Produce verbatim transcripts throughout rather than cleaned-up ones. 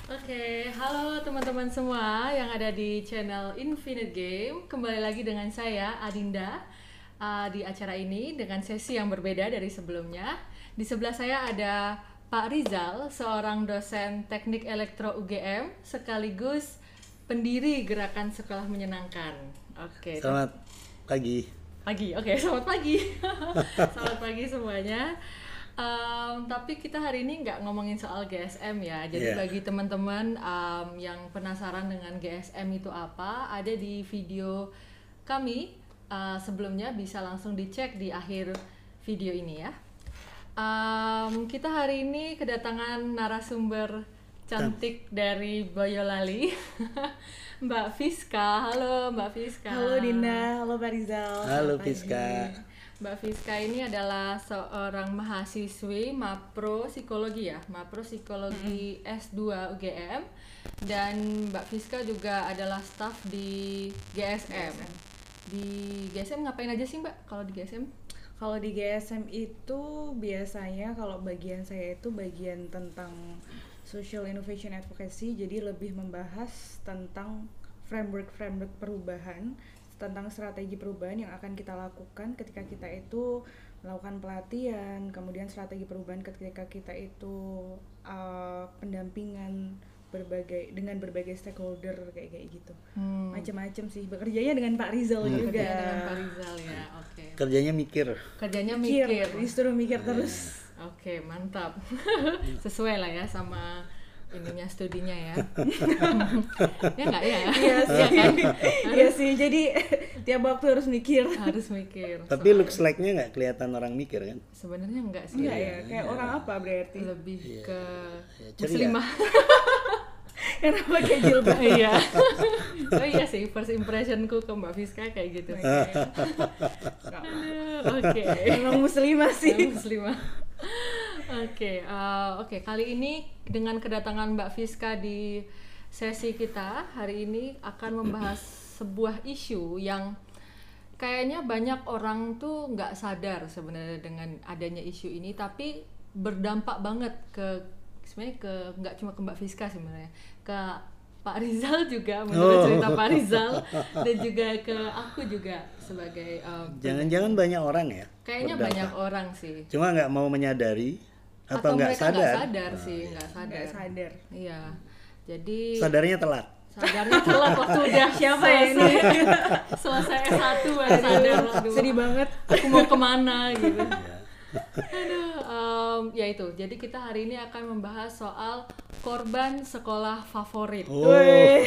Oke, halo teman-teman semua yang ada di channel Infinite Game. Kembali lagi dengan saya, Adinda, uh, di acara ini dengan sesi yang berbeda dari sebelumnya. Di sebelah saya ada Pak Rizal, seorang dosen teknik elektro U G M, sekaligus pendiri Gerakan Sekolah Menyenangkan. Oke. Selamat pagi. Pagi, oke, selamat pagi. Selamat pagi semuanya. Um, tapi kita hari ini nggak ngomongin soal G S M ya. Jadi yeah. bagi teman-teman um, yang penasaran dengan G S M itu apa, ada di video kami uh, sebelumnya, bisa langsung dicek di akhir video ini ya. Um, kita hari ini kedatangan narasumber cantik dari Boyolali, Mbak Fiska. Halo Mbak Fiska. Halo Dinda, halo Pak Rizal. Halo Fiska. Mbak Fiska ini adalah seorang mahasiswi Mapro Psikologi ya, Mapro Psikologi mm-hmm. S dua U G M, dan Mbak Fiska juga adalah staf di G S M. G S M. Di G S M ngapain aja sih Mbak kalau di G S M? Kalau di G S M itu biasanya kalau bagian saya itu bagian tentang Social Innovation Advocacy, jadi lebih membahas tentang framework-framework perubahan, tentang strategi perubahan yang akan kita lakukan ketika kita itu melakukan pelatihan, kemudian strategi perubahan ketika kita itu uh, pendampingan berbagai dengan berbagai stakeholder kayak kayak gitu, hmm. macam-macam sih. Bekerjanya dengan Pak Rizal hmm. juga. Dengan Pak Rizal ya, oke. Okay. Kerjanya mikir. Kerjanya mikir. mikir. Disuruh mikir terus. Oke, okay, mantap. Sesuai lah ya sama ininya studinya ya. Ya nggak ya? Iya sih. Kan? Iya sih. Jadi tiap waktu harus mikir. Harus mikir. Tapi soal looks like-nya nggak kelihatan orang mikir kan? Sebenarnya enggak sih. Enggak ya. Kayak ya. Orang apa berarti? Lebih ya. ke ya, muslimah. Karena pakai jilbab. Iya. Oh iya sih, first impressionku ke Mbak Fiska kayak gitu. Oke. Emang muslimah sih. Emang muslimah. Oke, okay, uh, oke okay. Kali ini dengan kedatangan Mbak Fiska di sesi kita hari ini akan membahas sebuah isu yang kayaknya banyak orang tuh nggak sadar sebenarnya dengan adanya isu ini, tapi berdampak banget ke sebenarnya ke nggak cuma ke Mbak Fiska sebenarnya, ke Pak Rizal juga menurut oh. cerita Pak Rizal dan juga ke aku juga sebagai um, jangan-jangan banyak orang ya? Kayaknya berdampak. Banyak orang sih. Cuma nggak mau menyadari atau nggak sadar? Nggak sadar nah, sih, nggak sadar. Nggak sadar. Iya. Jadi. Sadarnya telat. Sadarnya telat waktu udah siapa ya ini? Selesai S satu baru sadar. Aduh, sedih banget. Aku mau kemana gitu. Aduh, um, ya itu. Jadi kita hari ini akan membahas soal korban sekolah favorit. Oh. Oke.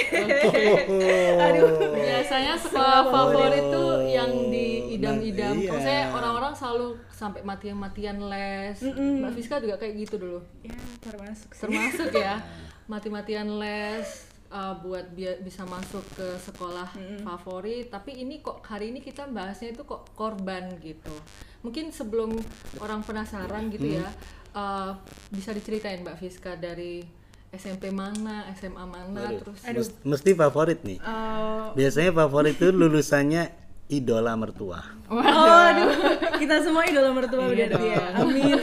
Okay. Aduh, biasanya sekolah favorit tuh yang diidam-idam. Iya. Maksudnya orang-orang selalu sampai matian-matian les. Mm-mm. Mbak Fiska juga kayak gitu dulu. Ya, termasuk. Sih. Termasuk ya. Mati-matian les uh, buat bi- bisa masuk ke sekolah mm-hmm. favorit. Tapi ini kok hari ini kita bahasnya itu kok korban gitu. Mungkin sebelum orang penasaran gitu hmm. ya, uh, bisa diceritain Mbak Fiska dari S M P mana, S M A mana, aduh. terus aduh. Mesti favorit nih. Uh, Biasanya favorit itu lulusannya idola mertua. Oh, aduh, kita semua idola mertua berarti ya. Amin.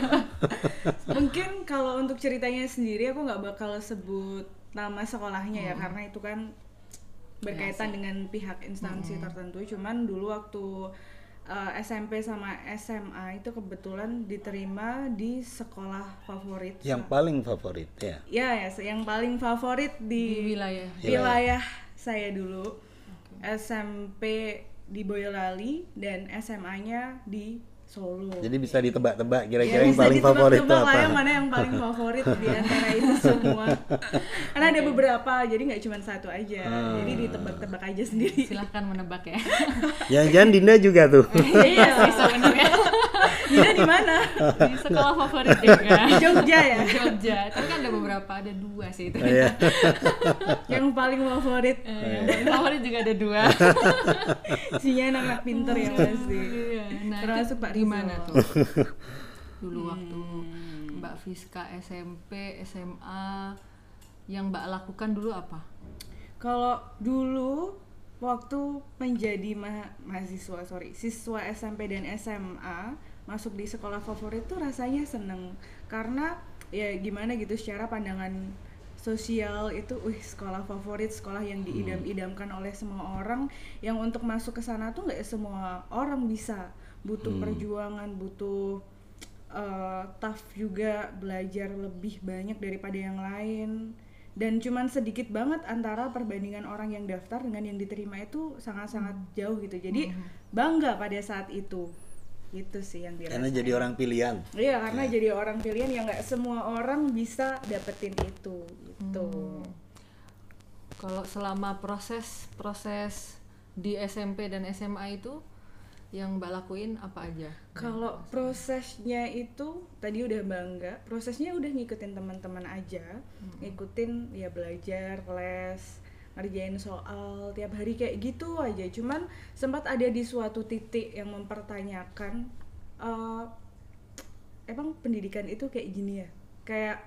Mungkin kalau untuk ceritanya sendiri aku nggak bakal sebut nama sekolahnya hmm. ya, karena itu kan berkaitan ya, dengan pihak instansi hmm. tertentu. Cuman dulu waktu Uh, S M P sama S M A itu kebetulan diterima di sekolah favorit. Yang paling favorit ya? Ya, ya yang paling favorit di, di wilayah wilayah saya dulu. Okay. S M P di Boyolali dan S M A-nya di Solo. Jadi bisa ditebak-tebak kira-kira ya, yang paling favorit itu apa? Yang mana yang paling favorit di antara itu semua. Karena ada beberapa, jadi nggak cuma satu aja. Hmm. Jadi ditebak-tebak aja sendiri. Silahkan menebak ya. Jangan-jangan Dinda juga tuh. Iya sih sebenarnya. Dinda di mana? Di sekolah favorit juga. Jogja ya? Jogja. Tapi kan ada beberapa, ada dua sih itu. Oh, iya. Yang paling favorit. Eh, yang paling favorit juga ada dua. Isinya anak-anak pinter ya pasti. Iya. Nah, termasuk Pak gimana tuh dulu waktu hmm. Mbak Fiska S M P, S M A yang Mbak lakukan dulu apa? Kalau dulu waktu menjadi ma- mahasiswa, sorry, siswa S M P dan S M A masuk di sekolah favorit tuh rasanya seneng karena ya gimana gitu secara pandangan sosial itu, wih sekolah favorit, sekolah yang diidam-idamkan oleh semua orang, yang untuk masuk ke sana tuh nggak semua orang bisa, butuh hmm. perjuangan, butuh uh, tough juga, belajar lebih banyak daripada yang lain, dan cuman sedikit banget antara perbandingan orang yang daftar dengan yang diterima itu sangat-sangat jauh gitu, jadi hmm. bangga pada saat itu. Itu sih yang dirasain. Karena jadi orang pilihan. Iya, karena ya. jadi orang pilihan yang nggak semua orang bisa dapetin itu. Gitu. Hmm. Kalau selama proses proses di S M P dan S M A itu yang Mbak lakuin apa aja? Kalau prosesnya itu tadi udah bangga, prosesnya udah ngikutin teman-teman aja, hmm. ngikutin ya belajar, les, ngerjain soal tiap hari kayak gitu aja. Cuman sempat ada di suatu titik yang mempertanyakan uh, emang pendidikan itu kayak gini ya, kayak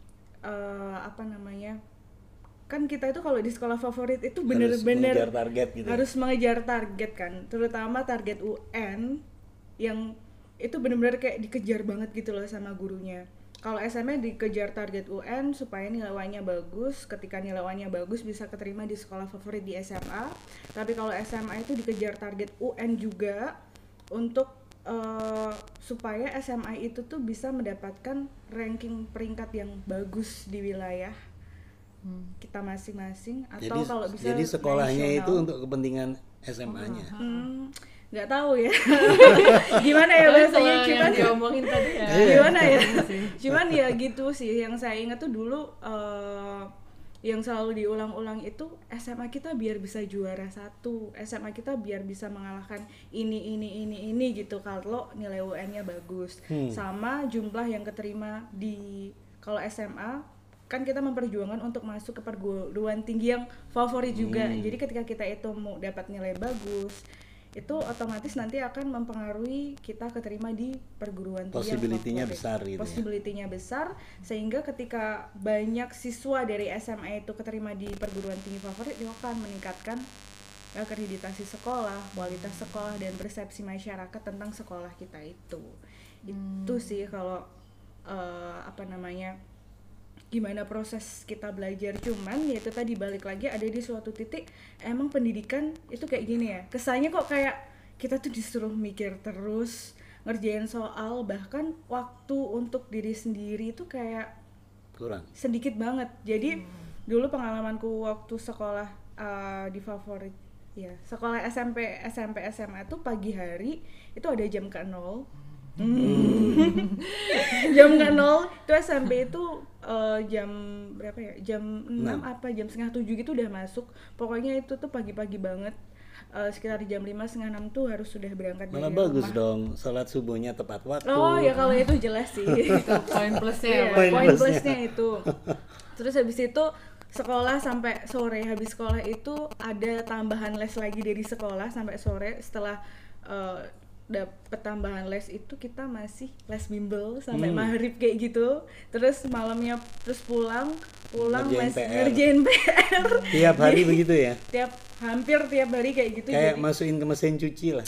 uh, apa namanya, kan kita itu kalau di sekolah favorit itu bener-bener harus mengejar target gitu, harus mengejar target kan, terutama target U N yang itu bener-bener kayak dikejar banget gitu loh sama gurunya. Kalau S M A dikejar target U N supaya nilainya bagus, ketika nilainya bagus bisa keterima di sekolah favorit di S M A. Tapi kalau S M A itu dikejar target U N juga untuk uh, supaya S M A itu tuh bisa mendapatkan ranking peringkat yang bagus di wilayah hmm. kita masing-masing, atau jadi, kalau bisa jadi sekolahnya nasional. Itu untuk kepentingan S M A-nya. Hmm. Nggak tahu ya gimana ya bahasanya, cuman diomongin tadi ya gimana ya cuman ya gitu sih yang saya ingat tuh dulu uh, yang selalu diulang-ulang itu S M A kita biar bisa juara satu, S M A kita biar bisa mengalahkan ini ini ini ini gitu kalau nilai U N-nya bagus, hmm. sama jumlah yang keterima di kalau S M A kan kita memperjuangkan untuk masuk ke perguruan tinggi yang favorit juga, hmm. jadi ketika kita itu mau dapat nilai bagus itu otomatis nanti akan mempengaruhi kita keterima di perguruan tinggi. Possibility-nya besar gitu. Possibility-nya ya. besar, sehingga ketika banyak siswa dari S M A itu keterima di perguruan tinggi favorit, itu akan meningkatkan akreditasi sekolah, kualitas sekolah, dan persepsi masyarakat tentang sekolah kita itu. Hmm. Itu sih kalau uh, apa namanya, gimana proses kita belajar. Cuman ya itu tadi balik lagi ada di suatu titik emang pendidikan itu kayak gini ya, kesannya kok kayak kita tuh disuruh mikir terus, ngerjain soal, bahkan waktu untuk diri sendiri itu kayak kurang sedikit banget. Jadi hmm. dulu pengalamanku waktu sekolah uh, di favorit ya sekolah S M P S M P S M A tuh pagi hari itu ada jam ke nol. Hmm. jam ke nol itu S M P itu uh, jam berapa ya, jam enam apa jam setengah tujuh gitu udah masuk, pokoknya itu tuh pagi-pagi banget, uh, sekitar jam lima setengah enam tuh harus sudah berangkat dari rumah. Malah bagus dong, salat subuhnya tepat waktu. Oh ya kalau itu jelas sih itu poin plusnya ya, poin plusnya itu. Terus habis itu sekolah sampai sore, habis sekolah itu ada tambahan les lagi dari sekolah sampai sore. Setelah uh, dapet tambahan les itu kita masih les bimbel sampai hmm. maghrib kayak gitu, terus malamnya terus pulang pulang les ngerjain P R tiap hari begitu ya, tiap hampir tiap hari kayak gitu, kayak jadi masukin ke mesin cuci lah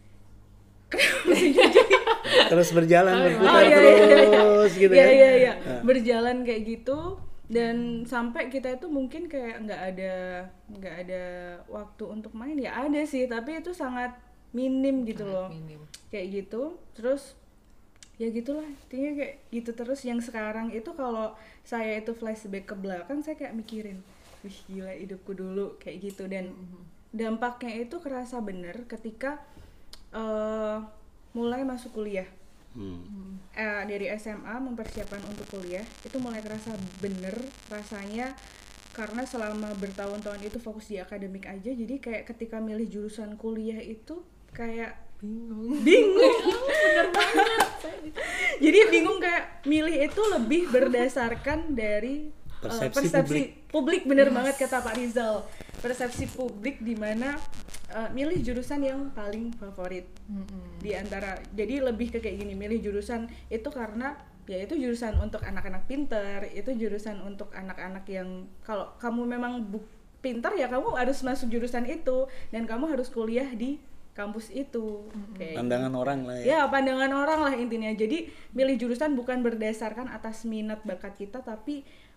mesin cuci terus berjalan berputar oh, iya, terus iya. gitu iya, kan iya, iya. Nah. berjalan kayak gitu, dan sampai kita itu mungkin kayak nggak ada nggak ada waktu untuk main, ya ada sih tapi itu sangat minim gitu loh, minim. Kayak gitu. Terus ya gitulah, intinya kayak gitu terus. Yang sekarang itu kalau saya itu flashback ke belakang, saya kayak mikirin, wih gila hidupku dulu kayak gitu, dan mm-hmm. dampaknya itu kerasa bener ketika uh, mulai masuk kuliah. Hmm. Uh, dari S M A mempersiapkan untuk kuliah itu mulai kerasa bener rasanya, karena selama bertahun-tahun itu fokus di akademik aja, jadi kayak ketika milih jurusan kuliah itu kayak bingung bingung bener banget jadi bingung, kayak milih itu lebih berdasarkan dari persepsi, uh, persepsi publik. publik bener yes. banget kata Pak Rizal, persepsi publik di mana uh, milih jurusan yang paling favorit mm-hmm. di antara, jadi lebih ke kayak gini, milih jurusan itu karena ya itu jurusan untuk anak-anak pintar, itu jurusan untuk anak-anak yang kalau kamu memang bu- pintar ya kamu harus masuk jurusan itu, dan kamu harus kuliah di kampus itu. Kayak pandangan gitu. Orang lah ya. Ya pandangan orang lah intinya. Jadi milih jurusan bukan berdasarkan atas minat bakat kita, tapi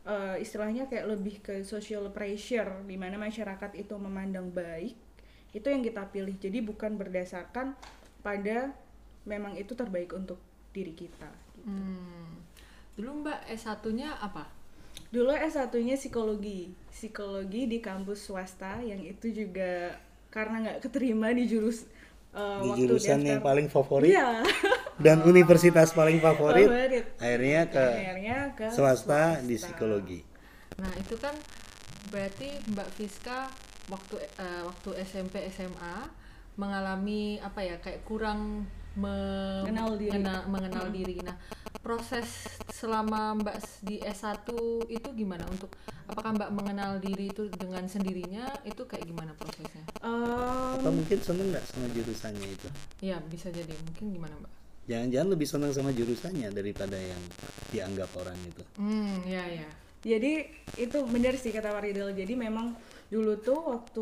uh, istilahnya kayak lebih ke social pressure di mana masyarakat itu memandang baik, itu yang kita pilih. Jadi bukan berdasarkan pada memang itu terbaik untuk diri kita gitu. Hmm. Dulu Mbak S satu-nya apa? Dulu S satu-nya psikologi. Psikologi di kampus swasta yang itu juga karena nggak keterima di jurus uh, di waktu jurusan daftar. yang paling favorit. Iya. Dan universitas paling favorit. Favorit. Akhirnya ke, Akhirnya ke swasta, swasta di psikologi. Nah, itu kan berarti Mbak Fiska waktu uh, waktu S M P S M A mengalami apa ya, kayak kurang mengenal diri. mengenal, mengenal diri. Nah, proses selama Mbak di S satu itu gimana? Untuk apakah Mbak mengenal diri itu dengan sendirinya? Itu kayak gimana prosesnya? Um, Atau mungkin seneng nggak sama jurusannya itu? Ya, bisa jadi. Mungkin gimana Mbak? Jangan-jangan lebih senang sama jurusannya daripada yang dianggap orang itu. Hmm, ya ya. Jadi itu benar sih kata Waridel. Jadi memang dulu tuh waktu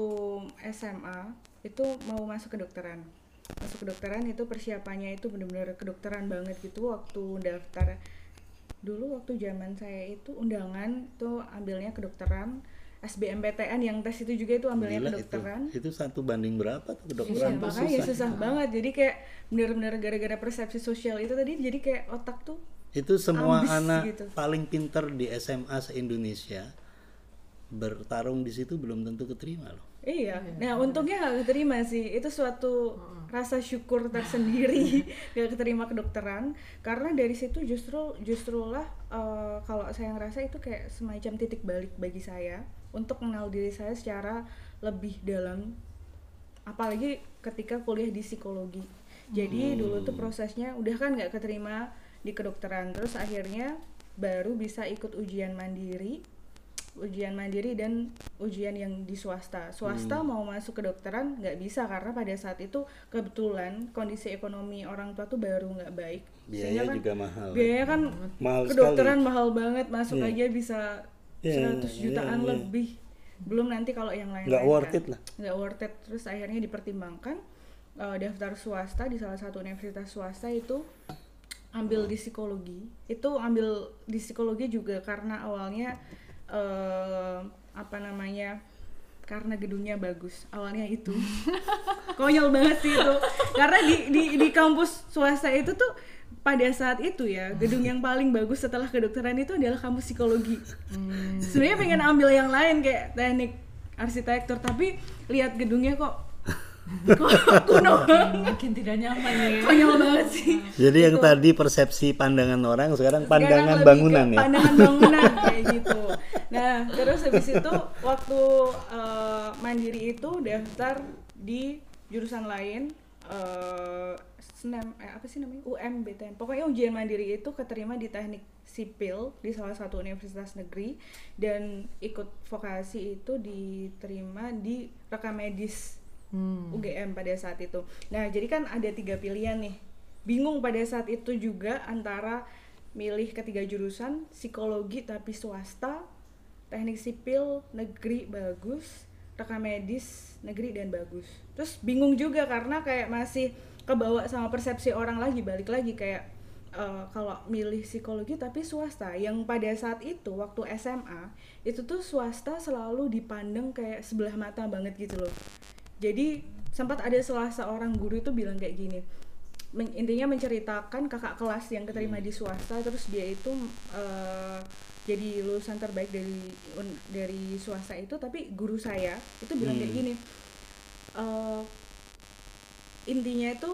S M A itu mau masuk kedokteran. Masuk kedokteran itu persiapannya itu benar-benar kedokteran banget gitu. Waktu daftar dulu waktu zaman saya itu undangan tuh ambilnya kedokteran, S B M P T N yang tes itu juga itu ambilnya Gila, kedokteran. Itu, itu satu banding berapa tuh Iya, kedokteran tuh makanya susah. susah banget. Jadi kayak benar-benar gara-gara persepsi sosial itu tadi jadi kayak otak tuh Itu semua ambis anak gitu. paling pinter di S M A se-Indonesia bertarung di situ belum tentu keterima loh. Iya, nah untungnya gak keterima sih, itu suatu rasa syukur tersendiri gak keterima kedokteran. Karena dari situ justru justrulah uh, kalau saya ngerasa itu kayak semacam titik balik bagi saya untuk mengenal diri saya secara lebih dalam, apalagi ketika kuliah di psikologi. Jadi Hmm. dulu tuh prosesnya udah kan gak keterima di kedokteran, terus akhirnya baru bisa ikut ujian mandiri ujian mandiri dan ujian yang di swasta. Swasta hmm. mau masuk kedokteran nggak bisa karena pada saat itu kebetulan kondisi ekonomi orang tua tuh baru nggak baik. Biaya kan, juga mahal. Biaya kan mahal kedokteran sekali. mahal banget, masuk yeah. aja bisa yeah, seratus jutaan yeah, yeah. lebih. Belum nanti kalau yang lain-lain. Nggak worth kan. it lah. Nggak worth it. Terus akhirnya dipertimbangkan uh, daftar swasta di salah satu universitas swasta itu ambil di psikologi. Itu ambil di psikologi juga karena awalnya Uh, apa namanya karena gedungnya bagus awalnya itu konyol banget sih itu karena di, di di kampus swasta itu tuh pada saat itu ya gedung yang paling bagus setelah kedokteran itu adalah kampus psikologi. hmm. Sebenarnya pengen ambil yang lain kayak teknik arsitektur tapi lihat gedungnya kok kok kuno makin tidak nyaman ya. Konyol banget sih. Jadi yang gitu. tadi persepsi pandangan orang sekarang pandangan Sekarang bangunan ya. Pandangan bangunan kayak gitu. Nah, terus habis itu waktu uh, mandiri itu daftar di jurusan lain uh, senam eh, apa sih namanya? U M B T N. Pokoknya ujian mandiri itu keterima di teknik sipil di salah satu universitas negeri dan ikut vokasi itu diterima di rekam medis hmm. U G M pada saat itu. Nah, jadi kan ada tiga pilihan nih. Bingung pada saat itu juga antara milih ketiga jurusan, psikologi tapi swasta, teknik sipil negeri bagus, rekam medis negeri dan bagus. Terus bingung juga karena kayak masih kebawa sama persepsi orang lagi, balik lagi kayak uh, kalau milih psikologi tapi swasta, yang pada saat itu waktu S M A itu tuh swasta selalu dipandang kayak sebelah mata banget gitu loh. Jadi sempat ada salah seorang guru itu bilang kayak gini, men- intinya menceritakan kakak kelas yang keterima di swasta, terus dia itu uh, jadi lulusan terbaik dari un- dari swasta itu, tapi guru saya itu bilang hmm. kayak gini, uh, intinya itu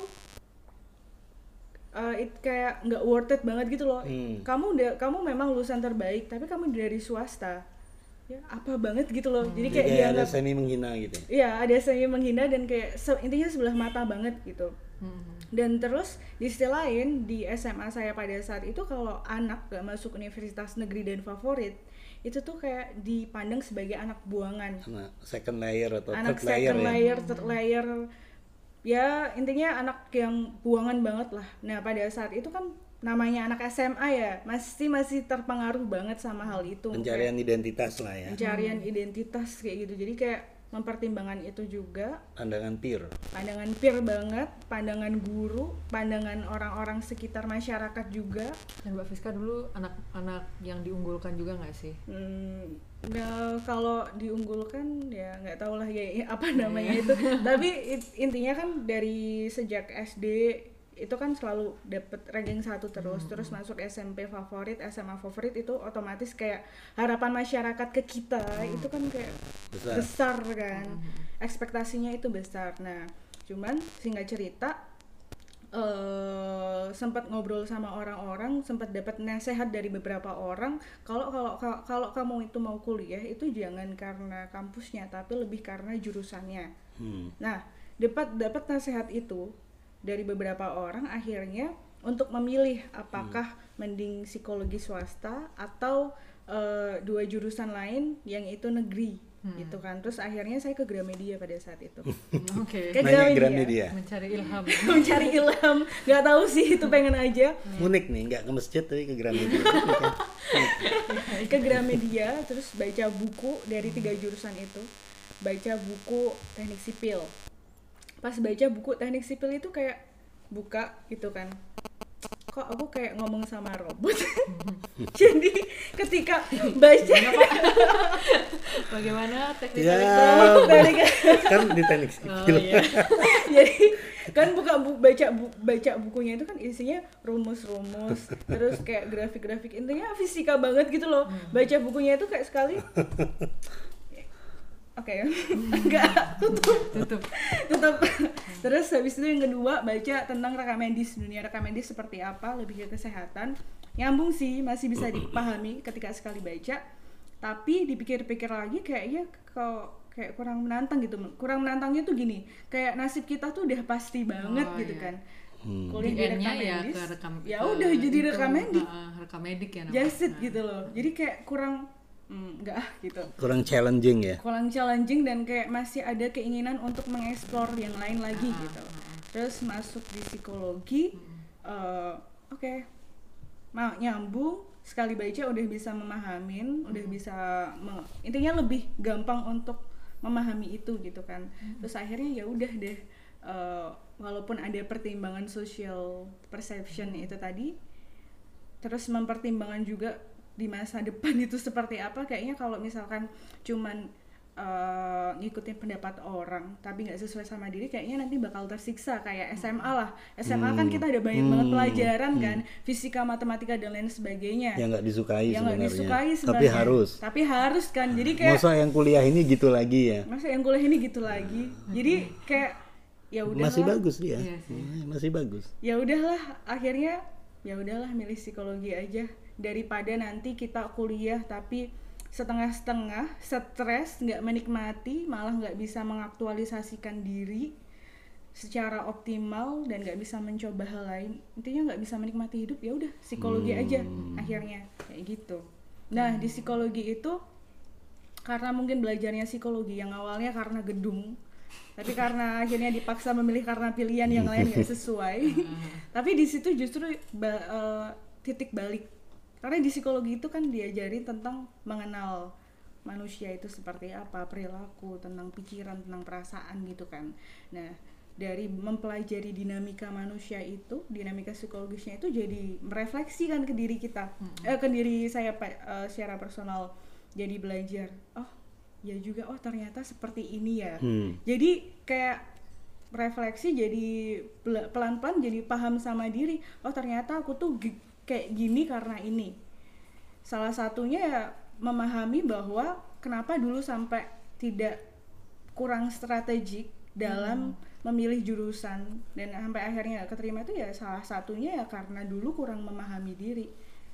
uh, it kayak nggak worth it banget gitu loh. Hmm. Kamu udah kamu memang lulusan terbaik, tapi kamu dari swasta. Ya, apa banget gitu loh. Hmm. Jadi kayak, kayak dia ada gak, semi menghina gitu. Iya, ada semi menghina dan kayak se- intinya sebelah mata banget gitu. Hmm. Dan terus di sisi lain di S M A saya pada saat itu kalau anak gak masuk universitas negeri dan favorit itu tuh kayak dipandang sebagai anak buangan. Anak second layer atau anak third layer. Anak second ya? layer, third layer. Ya intinya anak yang buangan banget lah. Nah pada saat itu kan namanya anak S M A ya, masih masih terpengaruh banget sama hal itu. Pencarian kayak identitas lah ya. Pencarian hmm. identitas kayak gitu. Jadi kayak mempertimbangkan itu juga. Pandangan peer. Pandangan peer banget, pandangan guru, pandangan orang-orang sekitar masyarakat juga. Dan Mbak Fiska dulu anak-anak yang diunggulkan juga nggak sih? Hmm, nah, kalau diunggulkan ya nggak tahu lah ya apa namanya itu. Tapi intinya kan dari sejak S D itu kan selalu dapet ranking satu terus, hmm. terus masuk S M P favorit, S M A favorit, itu otomatis kayak harapan masyarakat ke kita hmm. itu kan kayak besar, besar kan, hmm. ekspektasinya itu besar. Nah, cuman singkat cerita uh, sempat ngobrol sama orang-orang, sempat dapat nasihat dari beberapa orang, kalau kalau kalau kamu itu mau kuliah itu jangan karena kampusnya, tapi lebih karena jurusannya. Hmm. Nah, dapat dapat nasihat itu dari beberapa orang, akhirnya untuk memilih apakah hmm. mending psikologi swasta atau uh, dua jurusan lain yang itu negeri hmm. gitu kan. Terus akhirnya saya ke Gramedia pada saat itu. Oke. Ke Gramedia. Gramedia Mencari ilham. Mencari ilham. Gak tahu sih, itu pengen aja. Unik nih, nggak ke masjid tapi ke Gramedia. Ke Gramedia, terus baca buku dari tiga jurusan itu. Baca buku teknik sipil. Pas baca buku teknik sipil itu kayak buka gitu kan, kok aku kayak ngomong sama robot. Jadi ketika baca bagaimana teknik ya, teknik kan di teknik sipil. Oh, iya. Jadi kan buka bu, baca bu, baca bukunya itu kan isinya rumus-rumus, terus kayak grafik-grafik, intinya fisika banget gitu loh. Baca bukunya itu kayak sekali Oke, okay. Enggak, tutup, tutup, tutup. Terus habis itu yang kedua baca tentang rekam medis, dunia rekam medis seperti apa, lebih ke kesehatan. Nyambung sih, masih bisa dipahami ketika sekali baca. Tapi dipikir-pikir lagi kayaknya kok kayak kurang menantang gitu. Kurang menantangnya tuh gini, kayak nasib kita tuh udah pasti banget oh, gitu iya. kan. Hmm. Kuliah di rekam medis, ya, rekam, ya udah jadi itu, rekam medik, uh, rekam medik ya. Just it gitu loh. Jadi kayak kurang Hmm, enggak gitu. Kurang challenging ya. Kurang challenging dan kayak masih ada keinginan untuk mengeksplor yang lain lagi uh, gitu. Uh, uh. Terus masuk di psikologi, uh, oke, okay. mau nyambung, sekali baca udah bisa memahamin, uh. udah bisa, me- intinya lebih gampang untuk memahami itu gitu kan. Uh. Terus akhirnya ya udah deh, uh, walaupun ada pertimbangan social perception itu tadi, terus mempertimbangkan juga di masa depan itu seperti apa. Kayaknya kalau misalkan cuman uh, ngikutin pendapat orang tapi nggak sesuai sama diri, kayaknya nanti bakal tersiksa kayak S M A lah. S M A hmm. kan kita ada banyak hmm. banget pelajaran hmm. kan, fisika, matematika dan lain sebagainya yang nggak disukai yang sebenarnya. disukai sebenarnya tapi harus tapi harus kan. Jadi kayak masa yang kuliah ini gitu lagi ya masa yang kuliah ini gitu lagi jadi kayak ya udahlah, masih bagus dia iya masih bagus ya udahlah, akhirnya ya udahlah milih psikologi aja daripada nanti kita kuliah tapi setengah-setengah, stres, nggak menikmati, malah nggak bisa mengaktualisasikan diri secara optimal dan nggak bisa mencoba hal lain. Intinya nggak bisa menikmati hidup, ya udah psikologi hmm. aja akhirnya kayak gitu. Nah hmm. di psikologi itu karena mungkin belajarnya psikologi yang awalnya karena gedung, tapi karena akhirnya dipaksa memilih karena pilihan yang lain nggak sesuai. Tapi di situ justru ba- uh, titik balik. Karena di psikologi itu kan diajarin tentang mengenal manusia itu seperti apa, perilaku, tentang pikiran, tentang perasaan gitu kan. Nah, dari mempelajari dinamika manusia itu, dinamika psikologisnya itu jadi merefleksikan ke diri kita, hmm. eh, ke diri saya uh, secara personal. Jadi belajar, oh ya juga, oh ternyata seperti ini ya. Hmm. Jadi kayak refleksi, jadi pelan-pelan jadi paham sama diri, oh ternyata aku tuh g- kayak gini karena ini. Salah satunya ya memahami bahwa kenapa dulu sampai tidak kurang strategik dalam hmm. memilih jurusan dan sampai akhirnya keterima itu ya salah satunya ya karena dulu kurang memahami diri.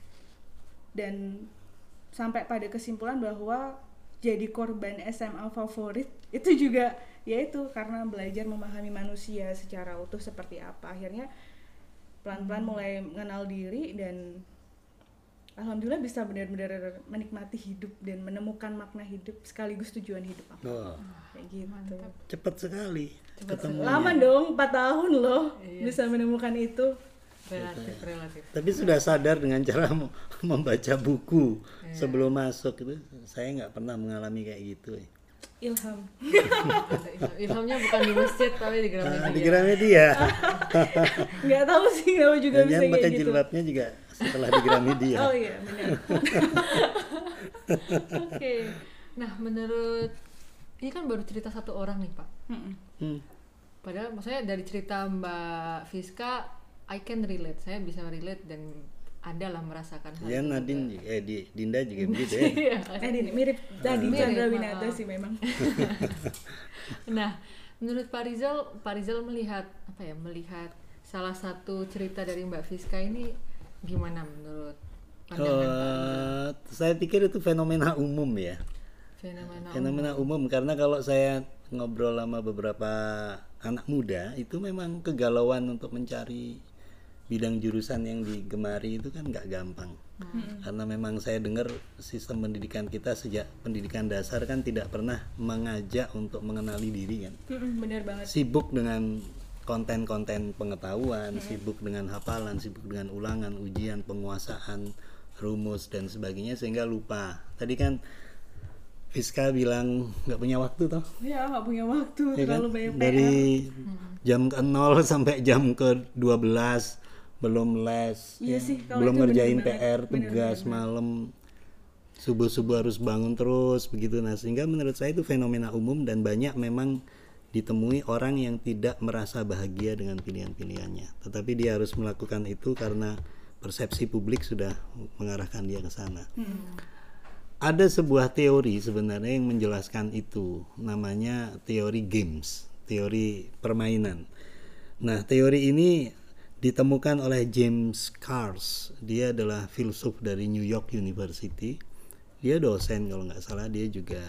Dan sampai pada kesimpulan bahwa jadi korban S M A favorit itu juga yaitu karena belajar memahami manusia secara utuh seperti apa. Akhirnya pelan-pelan mulai mengenal diri dan alhamdulillah bisa benar-benar menikmati hidup dan menemukan makna hidup sekaligus tujuan hidup apa. Oh. Kayak gitu. Mantap. Cepat sekali. Cepat lama dong, empat tahun loh iya. bisa menemukan itu. Relatif, relatif. Tapi sudah sadar dengan cara membaca buku iya. sebelum masuk itu, saya nggak pernah mengalami kayak gitu. Ilham. Ilhamnya bukan di masjid tapi di Gramedia. Nah, di Gramedia. Nggak tahu sih kenapa juga bisa Jangan kayak pakai gitu. jilbabnya juga setelah di Gramedia. Oh iya benar. Oke. Nah, menurut ini kan baru cerita satu orang nih, Pak. Mm-mm. Hmm. Padahal maksudnya dari cerita Mbak Fiska, I can relate. Saya bisa relate dan adalah merasakan hal Ya itu Nadine juga. juga, eh di Dinda juga begitu ya. Iya. Eh ini mirip tadi Mirip, Chandra maaf. Winata sih memang. Nah, menurut Pak Rizal, Pak Rizal melihat apa ya? Melihat salah satu cerita dari Mbak Fiska ini gimana menurut pandangan Pak Rizal? Eh, saya pikir itu fenomena umum ya. Fenomena Fenomena umum karena kalau saya ngobrol sama beberapa anak muda itu memang kegalauan untuk mencari bidang jurusan yang digemari itu kan nggak gampang. Hmm. Karena memang saya dengar sistem pendidikan kita sejak pendidikan dasar kan tidak pernah mengajak untuk mengenali diri kan. Mm-mm, benar banget. Sibuk dengan konten-konten pengetahuan, hmm. sibuk dengan hafalan, sibuk dengan ulangan, ujian, penguasaan, rumus dan sebagainya sehingga lupa. Tadi kan Fiska bilang nggak punya waktu toh? Ya nggak punya waktu, Ya kan? terlalu banyak P R. Dari jam ke nol sampai jam ke dua belas belum les, Iya ya, sih, kalau belum itu ngerjain bener P R, banget. tugas Bener, malam, subuh-subuh harus bangun terus begitu. Nah sehingga menurut saya itu fenomena umum dan banyak memang ditemui orang yang tidak merasa bahagia dengan pilihan-pilihannya, tetapi dia harus melakukan itu karena persepsi publik sudah mengarahkan dia ke sana. Hmm. Ada sebuah teori sebenarnya yang menjelaskan itu, namanya teori games, teori permainan. Nah teori ini ditemukan oleh James Cars. Dia adalah filsuf dari New York University. Dia dosen kalau nggak salah, dia juga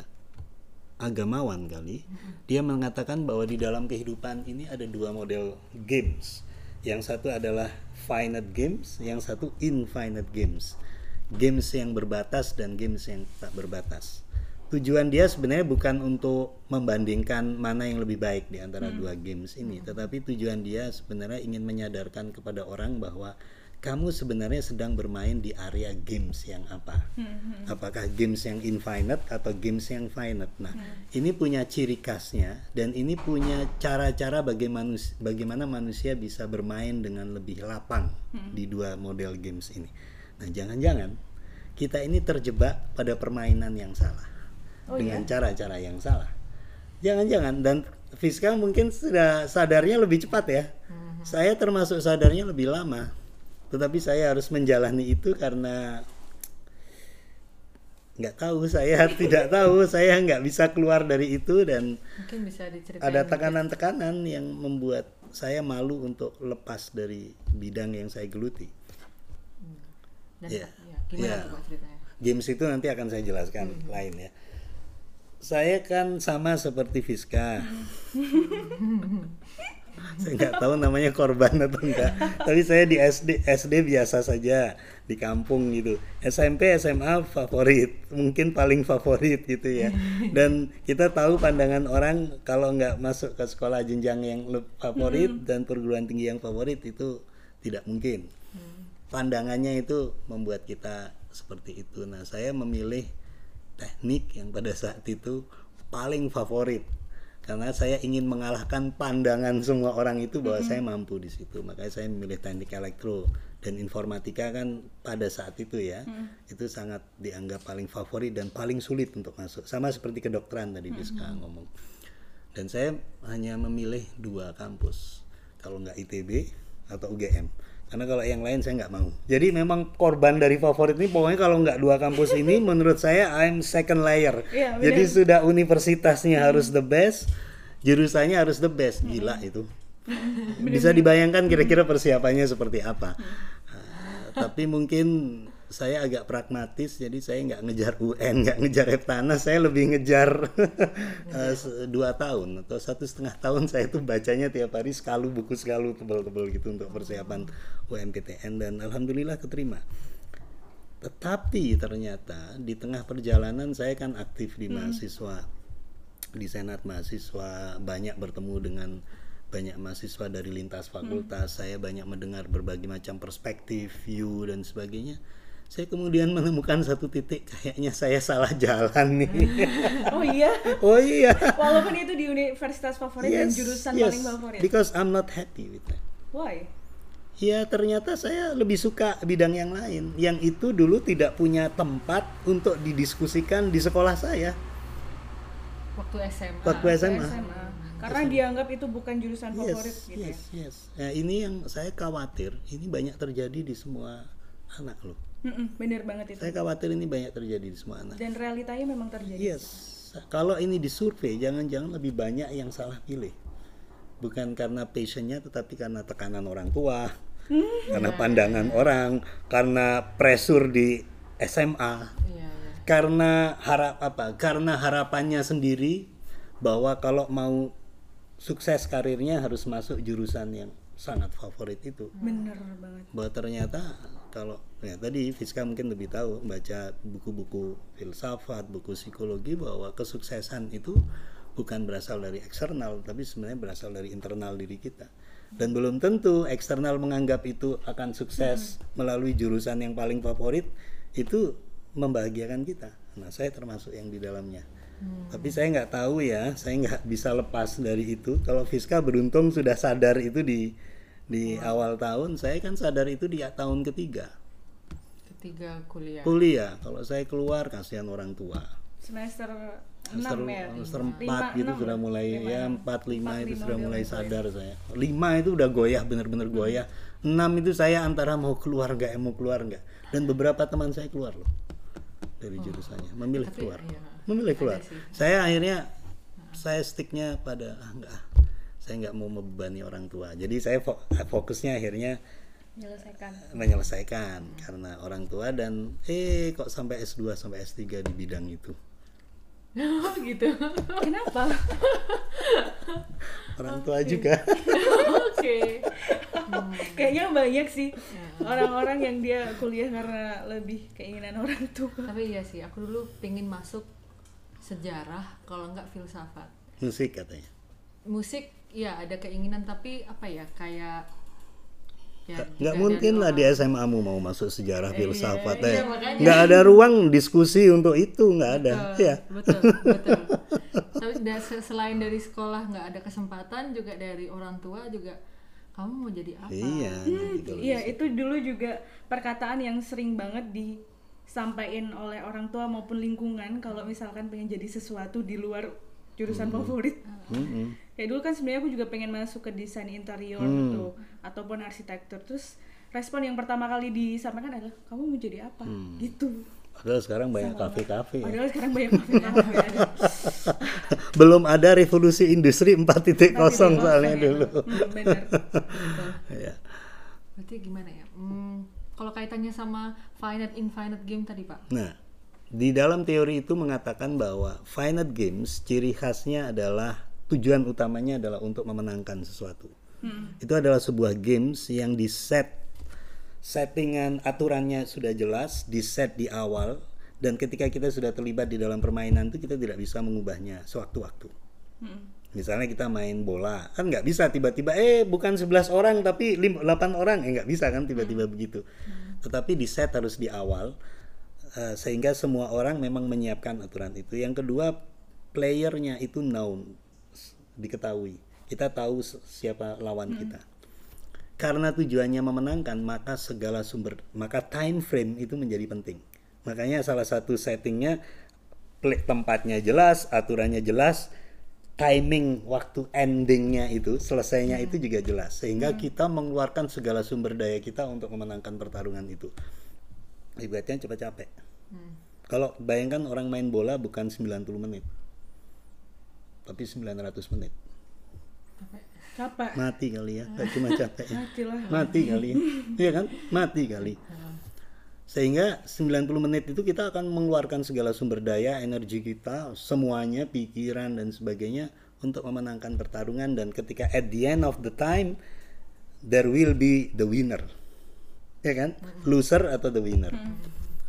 agamawan kali. Dia mengatakan bahwa di dalam kehidupan ini ada dua model games. Yang satu adalah finite games, yang satu infinite games. Games yang berbatas dan games yang tak berbatas. Tujuan dia sebenarnya bukan untuk membandingkan mana yang lebih baik di antara hmm. dua games ini, hmm. tetapi tujuan dia sebenarnya ingin menyadarkan kepada orang bahwa kamu sebenarnya sedang bermain di area games yang apa. Hmm. Apakah games yang infinite atau games yang finite. Nah, hmm. ini punya ciri khasnya dan ini punya cara-cara bagaimana bagaimana manusia bisa bermain dengan lebih lapang hmm. di dua model games ini. Nah, jangan-jangan kita ini terjebak pada permainan yang salah. Oh, dengan ya? Cara-cara yang salah. Jangan-jangan, dan Fiska mungkin sudah sadarnya lebih cepat ya. Mm-hmm. Saya termasuk sadarnya lebih lama. Tetapi saya harus menjalani itu karena nggak tahu, saya tidak tahu, saya nggak bisa keluar dari itu dan mungkin bisa ada tekanan-tekanan yang membuat saya malu untuk lepas dari bidang yang saya geluti. Hmm. Dan ya. Ya, gimana ya. tuh Pak ceritanya? Games itu nanti akan saya jelaskan hmm. lain ya. Saya kan sama seperti Fiska. Saya nggak tahu namanya korban atau enggak. Tapi saya di S D S D biasa saja di kampung gitu. S M P S M A favorit, mungkin paling favorit gitu ya. Dan kita tahu pandangan orang kalau nggak masuk ke sekolah jenjang yang favorit hmm. dan perguruan tinggi yang favorit itu tidak mungkin. Pandangannya itu membuat kita seperti itu. Nah, saya memilih teknik yang pada saat itu paling favorit karena saya ingin mengalahkan pandangan semua orang itu bahwa mm-hmm. saya mampu di situ. Makanya saya memilih teknik elektro dan informatika kan pada saat itu ya mm-hmm. itu sangat dianggap paling favorit dan paling sulit untuk masuk. Sama seperti kedokteran tadi Fiska mm-hmm. ngomong. Dan saya hanya memilih dua kampus, kalau nggak I T B atau U G M. Karena kalau yang lain saya nggak mau. Jadi memang korban dari favorit ini pokoknya kalau nggak dua kampus ini menurut saya I'm second layer. Ya, jadi sudah universitasnya hmm. harus the best, jurusannya harus the best. Gila hmm. itu. Bisa dibayangkan kira-kira persiapannya seperti apa. Uh, tapi mungkin saya agak pragmatis, jadi saya nggak ngejar U N, nggak ngejar Heptanas, saya lebih ngejar uh, dua tahun atau satu setengah tahun. Saya tuh bacanya tiap hari sekalu, buku sekalu tebal-tebal gitu untuk persiapan U M P T N dan alhamdulillah keterima. Tetapi ternyata di tengah perjalanan saya kan aktif di mahasiswa, di senat mahasiswa, banyak bertemu dengan banyak mahasiswa dari lintas fakultas, hmm. saya banyak mendengar berbagai macam perspektif, view dan sebagainya. saya kemudian menemukan satu titik, kayaknya saya salah jalan nih. Oh iya. Oh iya. Walaupun itu di universitas favorit dan jurusan yes, paling favorit. Because I'm not happy with that. Why? Ya ternyata saya lebih suka bidang yang lain, yang itu dulu tidak punya tempat untuk didiskusikan di sekolah saya. Waktu S M A. Waktu S M A. S M A. Karena dianggap itu bukan jurusan favorit Yes, gitu yes, ya. yes. Nah, ini yang saya khawatir, ini banyak terjadi di semua anak loh. Mm-mm, bener banget itu. Saya khawatir ini banyak terjadi di semua anak. Dan realitanya memang terjadi. Yes. Kalau ini disurvei, jangan-jangan lebih banyak yang salah pilih. Bukan karena passionnya, tetapi karena tekanan orang tua, karena pandangan orang, karena pressure di S M A, Iya, iya. karena harap apa? Karena harapannya sendiri bahwa kalau mau sukses karirnya harus masuk jurusan yang sangat favorit itu. Bener banget. Bahwa ternyata kalau ya tadi Fiska mungkin lebih tahu baca buku-buku filsafat, buku psikologi, bahwa kesuksesan itu bukan berasal dari eksternal, tapi sebenarnya berasal dari internal diri kita. Dan belum tentu eksternal menganggap itu akan sukses hmm. melalui jurusan yang paling favorit itu membahagiakan kita. Nah, saya termasuk yang di dalamnya. Hmm. Tapi saya nggak tahu ya, saya nggak bisa lepas dari itu. Kalau Fiska beruntung sudah sadar itu di di hmm. awal tahun, saya kan sadar itu di tahun ketiga. Ketiga kuliah. Kuliah. Kalau saya keluar kasihan orang tua. Semester Semester, enam ya. semester lima, empat gitu enam, sudah mulai lima, ya empat lima itu lima sudah udah mulai mulai. sadar saya. lima itu udah goyah, bener-bener goyah. enam itu saya antara mau keluar nggak, mau keluar nggak. Dan beberapa teman saya keluar loh dari jurusannya, memilih Tapi, keluar. iya, Memilih keluar. sih. Saya akhirnya saya sticknya pada ah enggak, saya nggak mau membebani orang tua. Jadi saya fo- fokusnya akhirnya menyelesaikan. menyelesaikan karena orang tua, dan eh kok sampai S dua sampai S tiga di bidang itu. Gitu. Kenapa? Orang tua juga. Oke. Kayaknya banyak sih orang-orang yang dia kuliah karena lebih keinginan orang tua. Tapi iya sih, aku dulu pengen masuk sejarah, kalau nggak filsafat. Musik katanya. Musik ya ada keinginan, tapi apa ya, kayak ya, Nggak juga mungkin dari lah di orang- S M A mu mau masuk sejarah filsafat iya, ya. makanya. Nggak ada ruang diskusi untuk itu, nggak ada. Betul, Ya. betul, betul. Tapi da- se- selain dari sekolah nggak ada kesempatan, juga dari orang tua juga, kamu mau jadi apa? Iya. gitu loh. Iya, itu dulu juga perkataan yang sering banget disampaikan oleh orang tua maupun lingkungan kalau misalkan pengen jadi sesuatu di luar jurusan favorit. Mm-mm. Kayak dulu kan sebenarnya aku juga pengen masuk ke desain interior Hmm. gitu ataupun arsitektur. Terus respon yang pertama kali disampaikan adalah kamu mau jadi apa? Gitu. Padahal sekarang banyak kafe-kafe ya. Padahal sekarang banyak kafe-kafe ada. Belum ada revolusi industri empat titik nol soalnya ya. dulu. Hmm, benar. Ya. Berarti gimana ya? Hmm, kalau kaitannya sama finite infinite game tadi, Pak. Nah, di dalam teori itu mengatakan bahwa finite games ciri khasnya adalah tujuan utamanya adalah untuk memenangkan sesuatu. Hmm. Itu adalah sebuah games yang di set, settingan aturannya sudah jelas, di set di awal, dan ketika kita sudah terlibat di dalam permainan itu kita tidak bisa mengubahnya sewaktu-waktu. Hmm. Misalnya kita main bola, kan nggak bisa tiba-tiba eh bukan sebelas orang tapi delapan orang, eh nggak bisa kan tiba-tiba hmm. begitu. Hmm. Tetapi di set harus di awal. Uh, sehingga semua orang memang menyiapkan aturan itu. Yang kedua, playernya itu known, diketahui. Kita tahu siapa lawan hmm. kita. Karena tujuannya memenangkan, maka segala sumber, maka time frame itu menjadi penting. Makanya salah satu settingnya play, tempatnya jelas, aturannya jelas, timing waktu endingnya itu, selesainya hmm. itu juga jelas. Sehingga hmm. kita mengeluarkan segala sumber daya kita untuk memenangkan pertarungan itu. Ibaratnya cepat capek. Hmm. Kalau bayangkan orang main bola bukan sembilan puluh menit, tapi sembilan ratus menit. Capek. Mati kali ya, gak cuma capek ya. Matilah. Mati kali. Iya kan? Mati kali. Sehingga sembilan puluh menit itu kita akan mengeluarkan segala sumber daya, energi kita, semuanya, pikiran dan sebagainya untuk memenangkan pertarungan, dan ketika at the end of the time there will be the winner. Ya kan? Loser atau the winner. Hmm.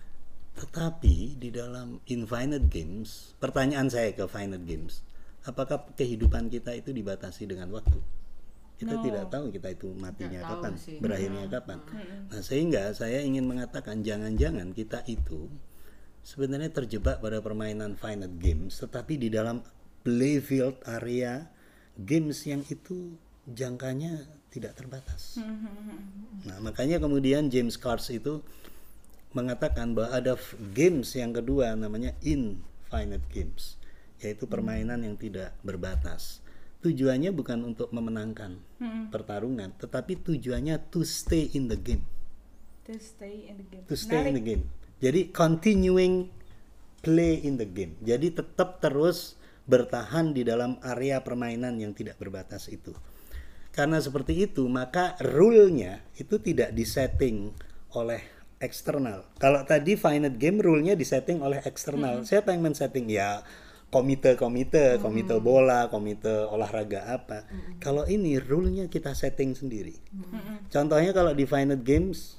Tetapi di dalam infinite games, pertanyaan saya ke finite games, apakah kehidupan kita itu dibatasi dengan waktu? Kita No. tidak tahu kita itu matinya Nggak tahu kapan, sih. berakhirnya kapan. Nah, sehingga saya ingin mengatakan jangan-jangan kita itu sebenarnya terjebak pada permainan finite games, tetapi di dalam playfield area games yang itu jangkanya tidak terbatas. Nah, makanya kemudian James Cars itu mengatakan bahwa ada f- games yang kedua namanya infinite games, yaitu permainan yang tidak berbatas. Tujuannya bukan untuk memenangkan pertarungan, tetapi tujuannya to stay in the game. To stay in the game. To stay in the Menarik. game. Jadi continuing play in the game. Jadi tetap terus bertahan di dalam area permainan yang tidak berbatas itu. Karena seperti itu, maka rule-nya itu tidak disetting oleh eksternal. Kalau tadi finite game rule-nya disetting oleh eksternal. Siapa yang men-setting? Ya komite-komite, komite bola, komite olahraga apa. Kalau ini rule-nya kita setting sendiri. Contohnya kalau di finite games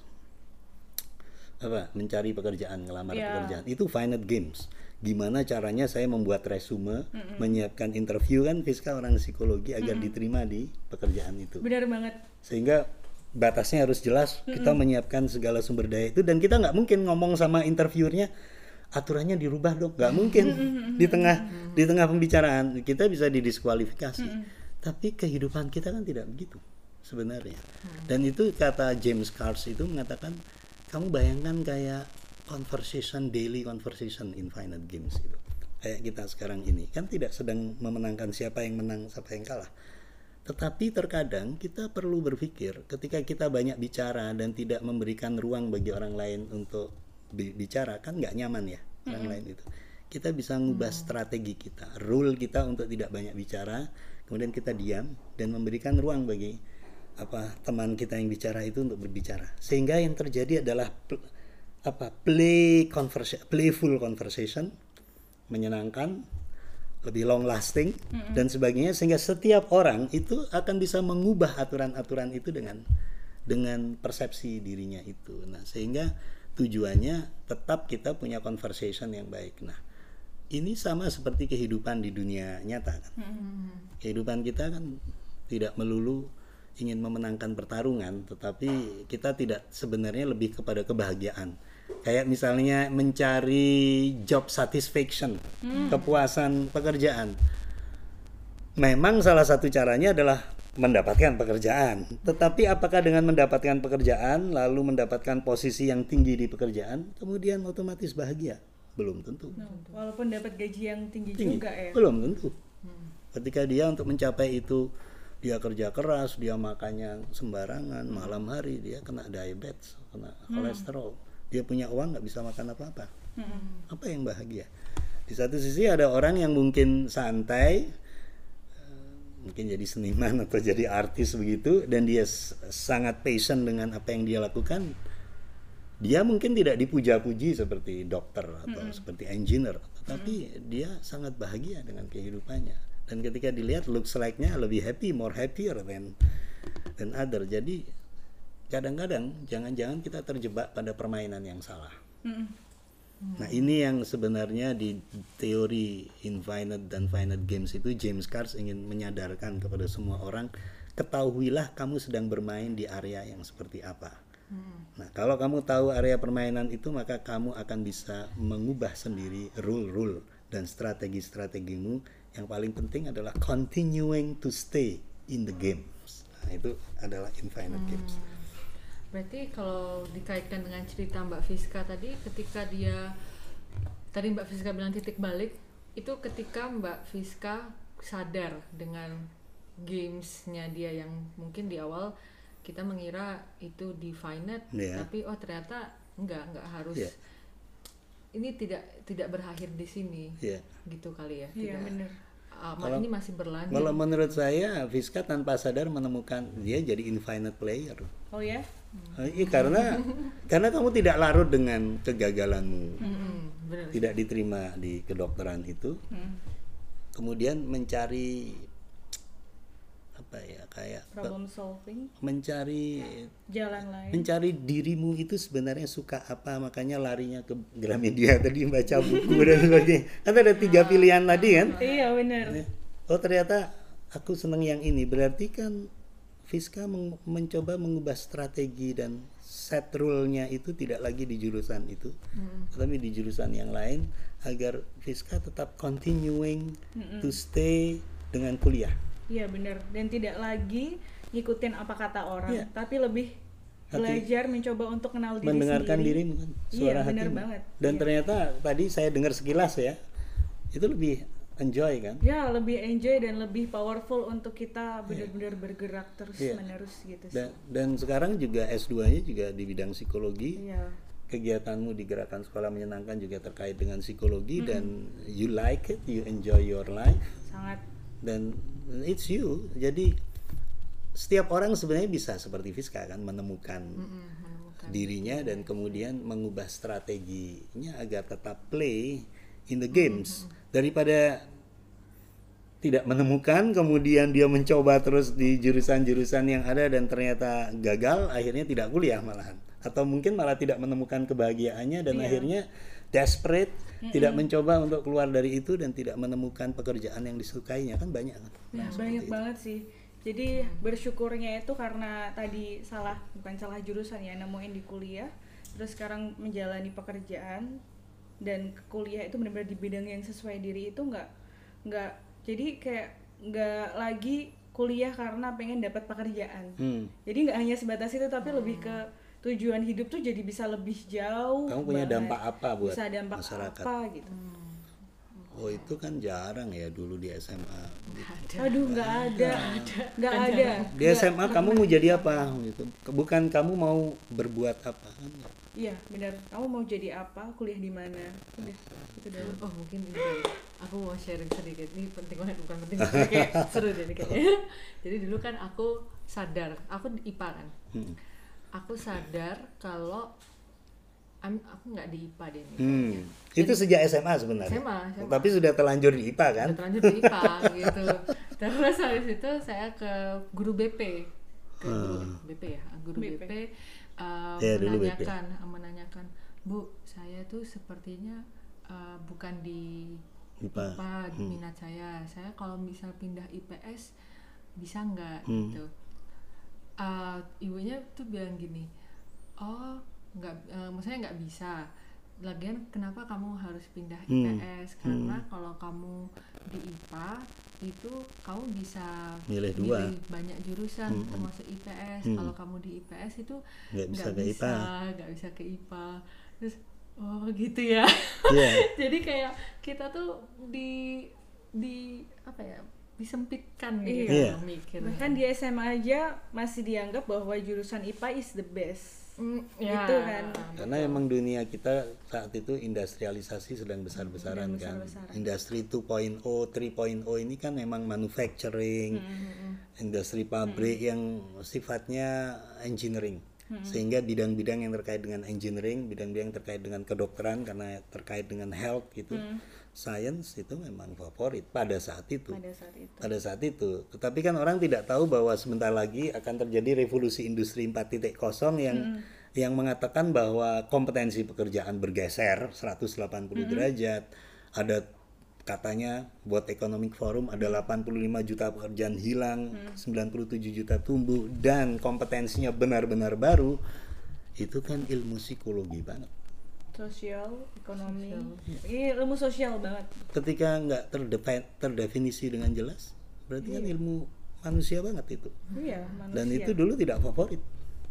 apa? Mencari pekerjaan, ngelamar Yeah. pekerjaan. Itu finite games. Gimana caranya saya membuat resume, menyiapkan interview kan Fiska orang psikologi agar diterima di pekerjaan itu. Benar banget. Sehingga batasnya harus jelas, kita menyiapkan segala sumber daya itu dan kita nggak mungkin ngomong sama interviewernya aturannya dirubah dong, nggak mungkin di tengah di tengah pembicaraan kita bisa didiskualifikasi. Tapi kehidupan kita kan tidak begitu sebenarnya. Dan itu kata James Cars itu mengatakan, kamu bayangkan kayak conversation, daily conversation in finite games itu. Kayak kita sekarang ini kan tidak sedang memenangkan siapa yang menang, siapa yang kalah. Tetapi terkadang kita perlu berpikir ketika kita banyak bicara dan tidak memberikan ruang bagi orang lain untuk bi- bicara, kan nggak nyaman ya orang lain itu. Kita bisa ngubah strategi kita, rule kita untuk tidak banyak bicara, kemudian kita diam dan memberikan ruang bagi apa teman kita yang bicara itu untuk berbicara. Sehingga yang terjadi adalah pl- apa play conversation, playful conversation, menyenangkan, lebih long lasting dan sebagainya, sehingga setiap orang itu akan bisa mengubah aturan-aturan itu dengan dengan persepsi dirinya itu. Nah, sehingga tujuannya tetap kita punya conversation yang baik. Nah, ini sama seperti kehidupan di dunia nyata kan. Kehidupan kita kan tidak melulu ingin memenangkan pertarungan, tetapi kita tidak sebenarnya lebih kepada kebahagiaan. Kayak misalnya mencari job satisfaction, kepuasan pekerjaan. Memang salah satu caranya adalah mendapatkan pekerjaan. Tetapi apakah dengan mendapatkan pekerjaan lalu mendapatkan posisi yang tinggi di pekerjaan, kemudian otomatis bahagia? Belum tentu. No, walaupun dapat gaji yang tinggi, Tinggi. juga ya. Belum tentu. Ketika dia untuk mencapai itu, dia kerja keras, dia makannya sembarangan, malam hari dia kena diabetes, kena kolesterol. Dia punya uang nggak bisa makan apa-apa. Apa yang bahagia? Di satu sisi ada orang yang mungkin santai, eh, mungkin jadi seniman atau jadi artis begitu, dan dia s- sangat passion dengan apa yang dia lakukan. Dia mungkin tidak dipuja-puji seperti dokter atau seperti engineer, tetapi dia sangat bahagia dengan kehidupannya. Dan ketika dilihat looks like-nya lebih happy, more happier than than other. Jadi kadang-kadang jangan-jangan kita terjebak pada permainan yang salah. Nah, ini yang sebenarnya di teori infinite dan finite games itu James Cars ingin menyadarkan kepada semua orang, ketahuilah kamu sedang bermain di area yang seperti apa. Nah, kalau kamu tahu area permainan itu, maka kamu akan bisa mengubah sendiri rule-rule dan strategi-strategimu. Yang paling penting adalah continuing to stay in the games. Nah, itu adalah infinite games. Berarti kalau dikaitkan dengan cerita Mbak Fiska tadi, ketika dia tadi Mbak Fiska bilang titik balik, itu ketika Mbak Fiska sadar dengan gamesnya dia yang mungkin di awal kita mengira itu di finite, Yeah. tapi oh ternyata enggak enggak harus. Yeah. Ini tidak tidak berakhir di sini, Yeah. gitu kali ya. Iya, Tidak- bener. ah, Kalau- ini masih berlanjut. Kalau menurut saya, Fiska tanpa sadar menemukan dia jadi infinite player. Oh ya? Eh, Iya, karena karena kamu tidak larut dengan kegagalanmu, Mm-mm, bener. tidak diterima di kedokteran itu, kemudian mencari apa ya kayak Problem solving, mencari jalan lain. mencari dirimu itu sebenarnya suka apa, makanya larinya ke Gramedia tadi baca buku dan sebagainya. Kan ada tiga pilihan tadi kan. Iya benar. Oh ternyata aku seneng yang ini, berarti kan Fiska meng- mencoba mengubah strategi dan set rule-nya itu tidak lagi di jurusan itu, hmm. tetapi di jurusan yang lain agar Fiska tetap continuing hmm. to stay dengan kuliah. Iya benar, dan tidak lagi ngikutin apa kata orang, ya. Tapi lebih Hati, belajar mencoba untuk kenal diri mendengarkan sendiri. dirimu kan, suara iya, benar hatimu. Banget. Dan iya. ternyata tadi saya dengar sekilas ya, itu lebih enjoy kan? Ya, lebih enjoy dan lebih powerful untuk kita benar-benar yeah. bergerak terus yeah. menerus gitu sih. Dan, dan sekarang juga S dua-nya juga di bidang psikologi. Yeah. Kegiatanmu di Gerakan Sekolah Menyenangkan juga terkait dengan psikologi mm-hmm. dan you like it, you enjoy your life. Sangat. Dan it's you. Jadi setiap orang sebenarnya bisa seperti Fiska kan menemukan, mm-hmm. menemukan dirinya dan kemudian mengubah strateginya agar tetap play in the games. Mm-hmm. Daripada tidak menemukan kemudian dia mencoba terus di jurusan-jurusan yang ada dan ternyata gagal, akhirnya tidak kuliah malahan, atau mungkin malah tidak menemukan kebahagiaannya dan yeah. akhirnya desperate, mm-hmm. tidak mencoba untuk keluar dari itu dan tidak menemukan pekerjaan yang disukainya, kan banyak kan? Ya, banyak itu. Banget sih. Jadi bersyukurnya itu karena tadi salah, bukan salah jurusan ya, nemuin di kuliah, terus sekarang menjalani pekerjaan dan kuliah itu benar-benar di bidang yang sesuai diri itu nggak nggak jadi kayak nggak lagi kuliah karena pengen dapat pekerjaan. Hmm. Jadi nggak hanya sebatas itu tapi hmm. lebih ke tujuan hidup tuh jadi bisa lebih jauh. Kamu punya banget. Dampak apa buat bisa dampak masyarakat? Apa gitu. Hmm. Oh itu kan jarang ya dulu di S M A. Gitu. Aduh nggak ada, nggak ada. Di S M A gak, kamu mau jadi apa? Gitu. Bukan kamu mau berbuat apa? Iya benar. Kamu mau jadi apa? Kuliah di mana? Udah itu dulu. Oh mungkin ini. Aku mau sharing sedikit. Ini penting banget, bukan penting banget, kayak seru deh kayaknya. Jadi dulu kan aku sadar, aku I P A kan. Hmm. Aku sadar kalau I'm, aku nggak di I P A deh. Hmm. Itu sejak S M A sebenarnya. S M A, S M A. Tapi sudah terlanjur di I P A kan? Sudah terlanjur di I P A gitu. Terus habis itu saya ke guru B P, ke guru hmm. B P ya, guru B P, B P uh, ya, menanyakan, B P. menanyakan, Bu, saya tuh sepertinya uh, bukan di I P A, I P A hmm. minat saya. Saya kalau misal pindah I P S bisa nggak hmm. gitu. Uh, ibunya tuh bilang gini, oh nggak, uh, maksudnya nggak bisa. Lagian kenapa kamu harus pindah I P S? Hmm. Karena hmm. kalau kamu di I P A itu kamu bisa milih dua, milih banyak jurusan hmm. termasuk I P S. Hmm. Kalau kamu di I P S itu nggak bisa, nggak ke bisa, I P A, nggak bisa ke I P A. Terus oh gitu ya. Yeah. Jadi kayak kita tuh di di apa ya? disempitkan gitu yeah. mikir. Bahkan di S M A aja masih dianggap bahwa jurusan I P A is the best. Mm, ya. Gitu kan. Karena emang dunia kita saat itu industrialisasi sedang besar-besaran hmm, kan. Besar-besaran. Industri dua titik nol, tiga titik nol ini kan memang manufacturing, hmm. industri pabrik hmm. yang sifatnya engineering. Hmm. Sehingga bidang-bidang yang terkait dengan engineering, bidang-bidang yang terkait dengan kedokteran karena terkait dengan health gitu. Hmm. Science itu memang favorit pada saat itu. Pada saat itu. Pada saat itu. Tetapi kan orang tidak tahu bahwa sebentar lagi akan terjadi revolusi industri empat titik nol yang hmm. yang mengatakan bahwa kompetensi pekerjaan bergeser seratus delapan puluh hmm. derajat. Ada katanya buat Economic Forum ada delapan puluh lima juta pekerjaan hilang, hmm. sembilan puluh tujuh juta tumbuh dan kompetensinya benar-benar baru. Itu kan ilmu psikologi banget. Sosial, ekonomi, ini ilmu sosial banget. Ketika nggak terdefi- terdefinisi dengan jelas, berarti iya. kan ilmu manusia banget itu. Iya, manusia. Dan itu dulu tidak favorit.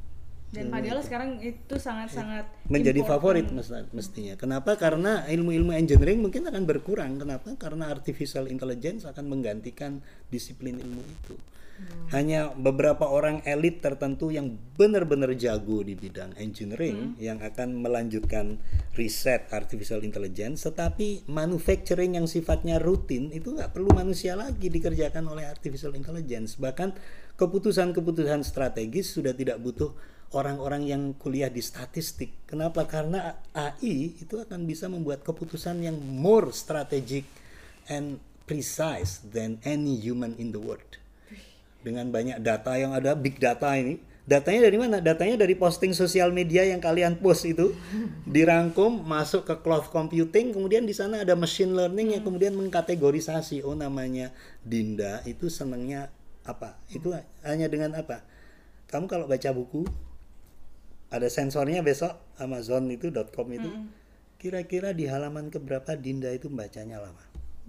Dan padahal itu. Sekarang itu sangat-sangat menjadi important. favorit mestinya. Kenapa? Karena ilmu-ilmu engineering mungkin akan berkurang. Kenapa? Karena artificial intelligence akan menggantikan disiplin ilmu itu. Hmm. Hanya beberapa orang elit tertentu yang benar-benar jago di bidang engineering hmm. yang akan melanjutkan riset artificial intelligence, tetapi manufacturing yang sifatnya rutin itu nggak perlu manusia lagi dikerjakan oleh artificial intelligence. Bahkan keputusan-keputusan strategis sudah tidak butuh orang-orang yang kuliah di statistik. Kenapa? Karena A I itu akan bisa membuat keputusan yang more strategic and precise than any human in the world. Dengan banyak data yang ada, big data ini. Datanya dari mana? Datanya dari posting sosial media yang kalian post itu. Dirangkum, masuk ke cloud computing, kemudian di sana ada machine learning yang kemudian mengkategorisasi. Oh namanya Dinda itu senangnya apa. Itu hanya dengan apa? Kamu kalau baca buku, ada sensornya besok Amazon itu .com itu, mm. kira-kira di halaman keberapa Dinda itu bacanya lama.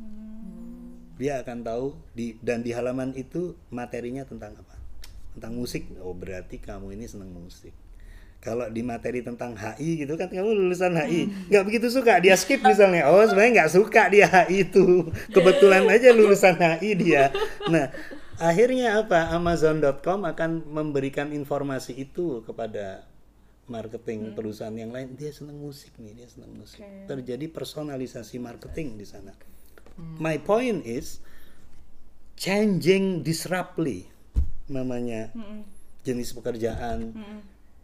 Mm. Dia akan tahu di dan di halaman itu materinya tentang apa? Tentang musik. Oh, berarti kamu ini senang musik. Kalau di materi tentang H I gitu kan, kamu lulusan H I nggak begitu suka, dia skip misalnya. Oh, sebenarnya nggak suka dia H I itu, kebetulan aja lulusan H I dia. Nah, akhirnya apa? Amazon dot com akan memberikan informasi itu kepada marketing hmm. perusahaan yang lain. Dia senang musik nih, dia senang musik. Okay. Terjadi personalisasi marketing di sana. Hmm. My point is changing disruptly, namanya hmm. jenis pekerjaan, hmm.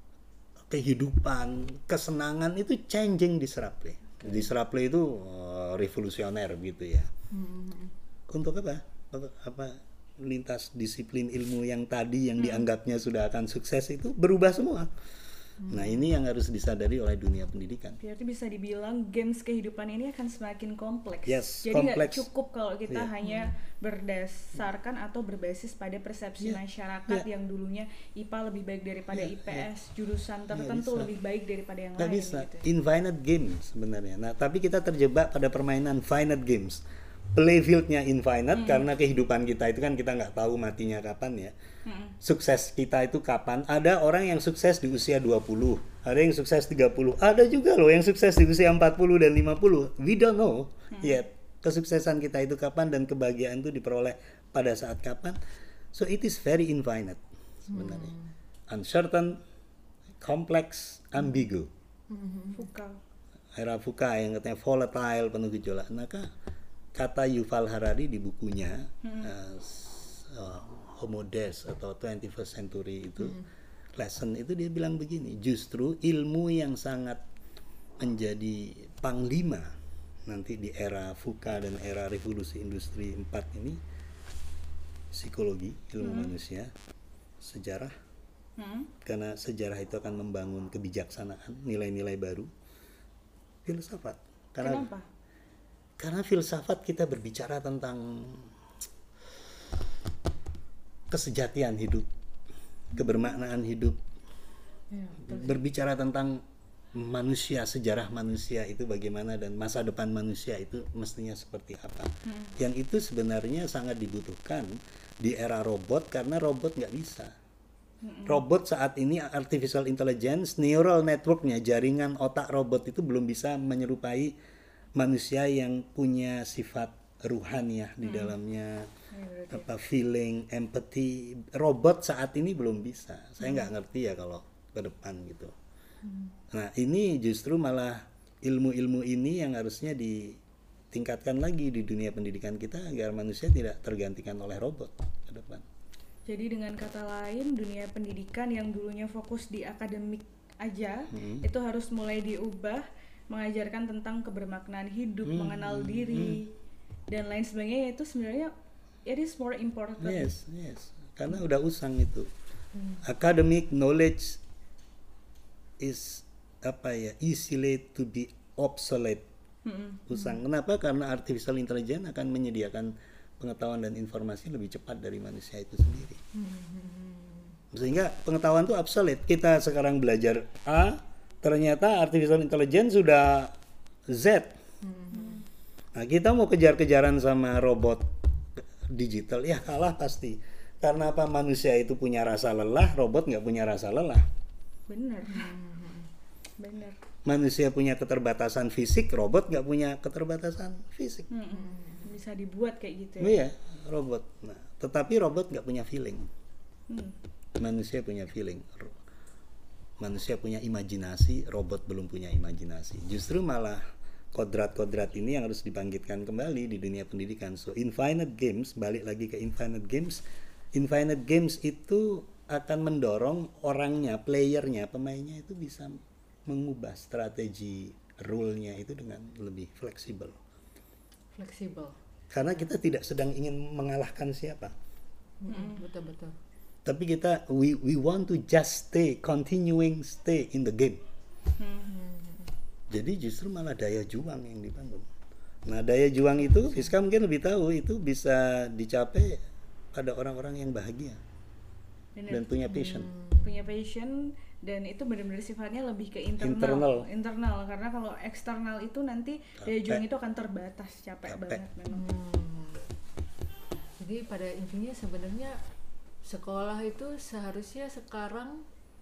kehidupan, kesenangan itu changing disruptly. Okay. Disruptly itu uh, revolusioner gitu ya. Hmm. Untuk apa? Untuk apa? Lintas disiplin ilmu yang tadi yang hmm. dianggapnya sudah akan sukses itu berubah semua. Hmm. Nah, ini yang harus disadari oleh dunia pendidikan. Berarti bisa dibilang games kehidupan ini akan semakin kompleks. Yes, jadi nggak cukup kalau kita yeah. hanya berdasarkan atau berbasis pada persepsi yeah. masyarakat yeah. yang dulunya I P A lebih baik daripada yeah. I P S, yeah. jurusan tertentu yeah, lebih baik daripada yang Nggak lain. Bisa. Gitu. Infinite game sebenarnya. Nah, tapi kita terjebak pada permainan finite games. Playfield-nya infinite hmm. karena kehidupan kita itu kan kita nggak tahu matinya kapan ya. Hmm. Sukses kita itu kapan? Ada orang yang sukses di usia dua puluh, ada yang sukses tiga puluh, ada juga loh yang sukses di usia empat puluh dan lima puluh. We don't know hmm. yet kesuksesan kita itu kapan dan kebahagiaan itu diperoleh pada saat kapan. So it is very infinite sebenarnya. Hmm. Uncertain, complex, ambigu. Hmm. Fuka. Era Fuka yang katanya volatile, penuh gejolak. Maka kata Yuval Harari di bukunya hmm. uh, uh, Homo Deus atau twenty-first century itu hmm. lesson itu dia bilang begini, justru ilmu yang sangat menjadi panglima nanti di era Fuka dan era revolusi industri empat ini, psikologi, ilmu hmm. manusia, sejarah, hmm. karena sejarah itu akan membangun kebijaksanaan, nilai-nilai baru, filsafat. Karena Kenapa? Karena filsafat kita berbicara tentang kesejatian hidup, kebermaknaan hidup, ya, berbicara tentang manusia, sejarah manusia itu bagaimana dan masa depan manusia itu mestinya seperti apa. Hmm. Yang itu sebenarnya sangat dibutuhkan di era robot karena robot nggak bisa. Hmm. Robot saat ini artificial intelligence, neural networknya, jaringan otak robot itu belum bisa menyerupai manusia yang punya sifat ruhaniah di hmm. dalamnya, ya, apa feeling, empathy. Robot saat ini belum bisa. Saya nggak hmm. ngerti ya kalau ke depan gitu. Hmm. Nah, ini justru malah ilmu-ilmu ini yang harusnya ditingkatkan lagi di dunia pendidikan kita agar manusia tidak tergantikan oleh robot ke depan. Jadi dengan kata lain, dunia pendidikan yang dulunya fokus di akademik aja, hmm. itu harus mulai diubah, mengajarkan tentang kebermaknaan hidup, hmm, mengenal diri, hmm. dan lain sebagainya. Itu sebenarnya it is more important. Yes, yes. Karena udah usang itu. Hmm. Academic knowledge is apa ya, easily to be obsolete. Hmm. Usang. Hmm. Kenapa? Karena artificial intelligence akan menyediakan pengetahuan dan informasi lebih cepat dari manusia itu sendiri. Hmm. Sehingga pengetahuan itu obsolete. Kita sekarang belajar A, ternyata artificial intelligence sudah Z. Mm-hmm. Nah, kita mau kejar-kejaran sama robot digital, ya kalah pasti. Karena apa? Manusia itu punya rasa lelah, robot nggak punya rasa lelah. Benar. Mm-hmm. Benar. Manusia punya keterbatasan fisik, robot nggak punya keterbatasan fisik. Mm-hmm. Bisa dibuat kayak gitu ya? Iya, robot. Nah, tetapi robot nggak punya feeling. Mm. Manusia punya feeling. Manusia punya imajinasi, robot belum punya imajinasi. Justru malah kodrat-kodrat ini yang harus dibangkitkan kembali di dunia pendidikan. So infinite games, balik lagi ke infinite games. Infinite games itu akan mendorong orangnya, playernya, pemainnya itu bisa mengubah strategi rule-nya itu dengan lebih fleksibel. Fleksibel. Karena kita tidak sedang ingin mengalahkan siapa. Mm-hmm. Betul-betul. Tapi kita we we want to just stay, continuing stay in the game. Hmm. Jadi justru malah daya juang yang dibangun. Nah, daya juang itu Fiska mungkin lebih tahu, itu bisa dicapai pada orang-orang yang bahagia Bener. dan punya passion. Hmm. Punya passion, dan itu benar-benar sifatnya lebih ke internal. Internal. Internal, karena kalau eksternal itu nanti daya juang itu akan terbatas, capek, Capek. banget memang. Hmm. Jadi pada intinya sebenarnya sekolah itu seharusnya sekarang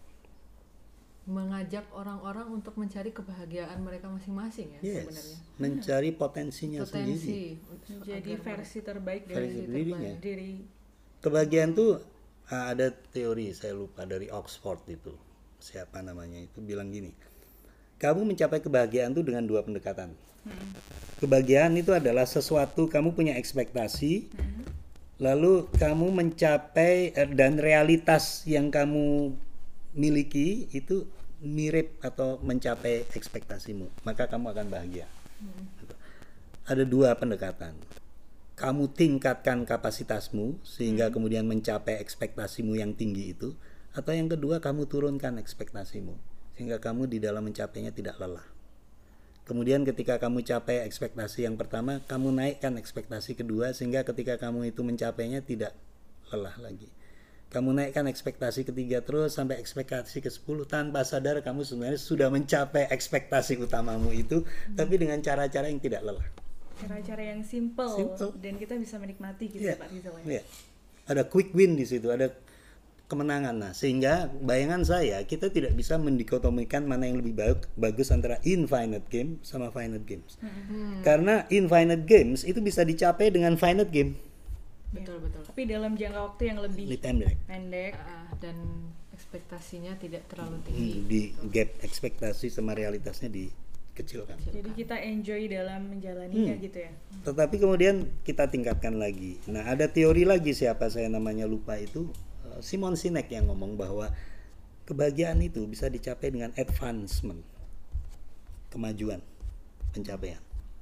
mengajak orang-orang untuk mencari kebahagiaan mereka masing-masing ya Yes, sebenarnya. mencari potensinya sendiri. Potensi Jadi agar versi terbaik Versi dari dirinya. diri. Kebahagiaan tuh ah, ada teori, saya lupa, dari Oxford itu. Siapa namanya itu bilang gini. Kamu mencapai kebahagiaan tuh dengan dua pendekatan. Hmm. Kebahagiaan itu adalah sesuatu kamu punya ekspektasi, Hmm. lalu kamu mencapai eh, dan realitas yang kamu miliki itu mirip atau mencapai ekspektasimu, maka kamu akan bahagia. Hmm. Ada dua pendekatan. Kamu tingkatkan kapasitasmu sehingga Hmm. kemudian mencapai ekspektasimu yang tinggi itu, atau yang kedua kamu turunkan ekspektasimu sehingga kamu di dalam mencapainya tidak lelah. Kemudian ketika kamu capai ekspektasi yang pertama, kamu naikkan ekspektasi kedua sehingga ketika kamu itu mencapainya tidak lelah lagi. Kamu naikkan ekspektasi ketiga terus sampai ekspektasi ke sepuluh, tanpa sadar kamu sebenarnya sudah mencapai ekspektasi utamamu itu, Hmm. tapi dengan cara-cara yang tidak lelah. Cara-cara yang simple, Simple. dan kita bisa menikmati gitu Iya. ya Pak Rizal ya. Iya. Ada quick win di situ, ada kemenangan. Nah, sehingga bayangan saya kita tidak bisa mendikotomikan mana yang lebih baik, bagus antara infinite game sama finite games. Hmm. Karena infinite games itu bisa dicapai dengan finite game. Betul betul. Tapi dalam jangka waktu yang lebih Lebih pendek. pendek. Ah, dan ekspektasinya tidak terlalu Hmm, tinggi. di gap ekspektasi sama realitasnya dikecilkan. Jadi kita enjoy dalam menjalaninya Hmm. gitu ya. Tetapi kemudian kita tingkatkan lagi. Nah, ada teori lagi, siapa saya namanya lupa itu, uh, Simon Sinek yang ngomong bahwa kebahagiaan itu bisa dicapai dengan advancement, kemajuan, pencapaian,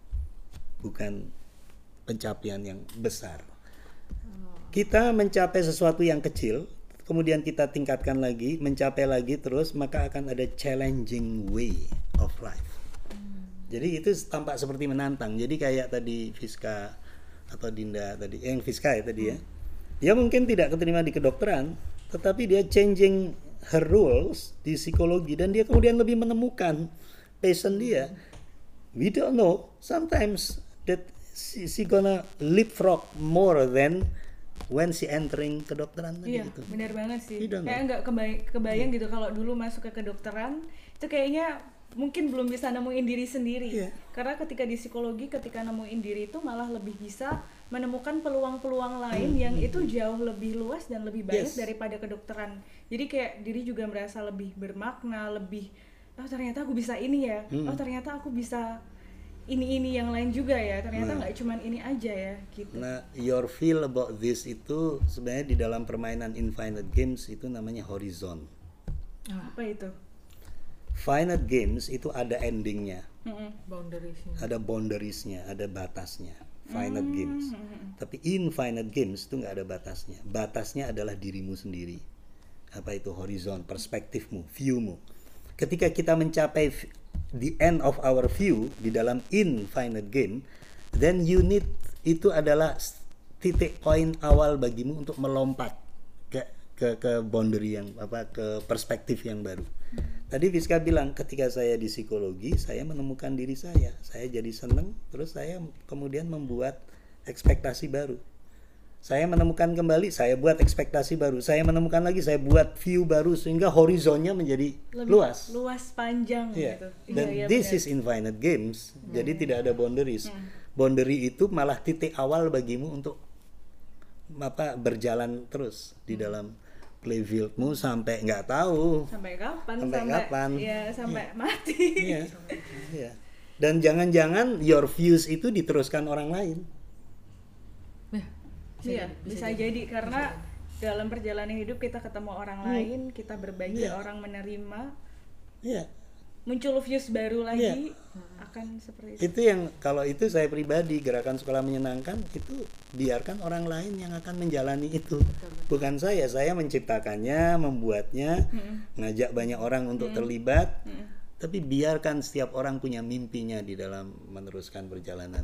bukan pencapaian yang besar. Kita mencapai sesuatu yang kecil, kemudian kita tingkatkan lagi, mencapai lagi terus, maka akan ada challenging way of life. Jadi itu tampak seperti menantang. Jadi kayak tadi Fiska atau Dinda tadi, eh, yang Fiska ya tadi ya. Dia mungkin tidak keterima di kedokteran, tetapi dia changing her rules di psikologi dan dia kemudian lebih menemukan passion dia. We don't know. Sometimes that she, she gonna leapfrog more than when she entering kedokteran tadi Iya, gitu. benar banget sih. You don't Kayak know. nggak kebayang, kebayang gitu kalau dulu masuk ke kedokteran itu kayaknya mungkin belum bisa nemuin diri sendiri. Iya. Karena ketika di psikologi, ketika nemuin diri itu malah lebih bisa menemukan peluang-peluang lain yang itu jauh lebih luas dan lebih banyak Yes. daripada kedokteran. Jadi kayak diri juga merasa lebih bermakna, lebih oh ternyata aku bisa ini ya. Hmm. Oh ternyata aku bisa ini-ini yang lain juga ya. Ternyata Nah. nggak cuman ini aja ya gitu. Nah, your feel about this itu sebenarnya di dalam permainan infinite games itu namanya horizon. Ah, Apa itu? Finite games itu ada endingnya, Mm-mm. boundariesnya. ada boundariesnya, ada batasnya. Finite Hmm. games. Tapi infinite games itu nggak ada batasnya. Batasnya adalah dirimu sendiri. Apa itu horizon, perspektifmu, viewmu. Ketika kita mencapai v- the end of our view di dalam infinite game, then you need, itu adalah s- titik poin awal bagimu untuk melompat ke ke ke boundary yang apa, ke perspektif yang baru. Tadi Fiska bilang ketika saya di psikologi saya menemukan diri saya, saya jadi seneng, terus saya kemudian membuat ekspektasi baru. Saya menemukan kembali, saya buat ekspektasi baru. Saya menemukan lagi, saya buat view baru sehingga horizonnya menjadi Lebih luas. luas panjang Iya. gitu. Dan Iya, iya, this benar. is infinite games, jadi tidak ada boundaries. Boundary itu malah titik awal bagimu untuk apa berjalan terus di dalam playfieldmu sampai nggak tahu. sampai kapan Sampai kapan. ya sampai mati. Iya, iya. Dan jangan-jangan your views itu diteruskan orang lain. Ya, Iya, bisa, jadi karena dalam perjalanan hidup kita ketemu orang lain, kita berbagi, Iya. orang menerima, Iya. muncul views baru lagi, akan seperti itu. Itu yang kalau itu saya pribadi gerakan sekolah menyenangkan itu biarkan orang lain yang akan menjalani itu. Bukan saya, saya menciptakannya, membuatnya, ngajak banyak orang untuk terlibat. Tapi biarkan setiap orang punya mimpinya di dalam meneruskan perjalanan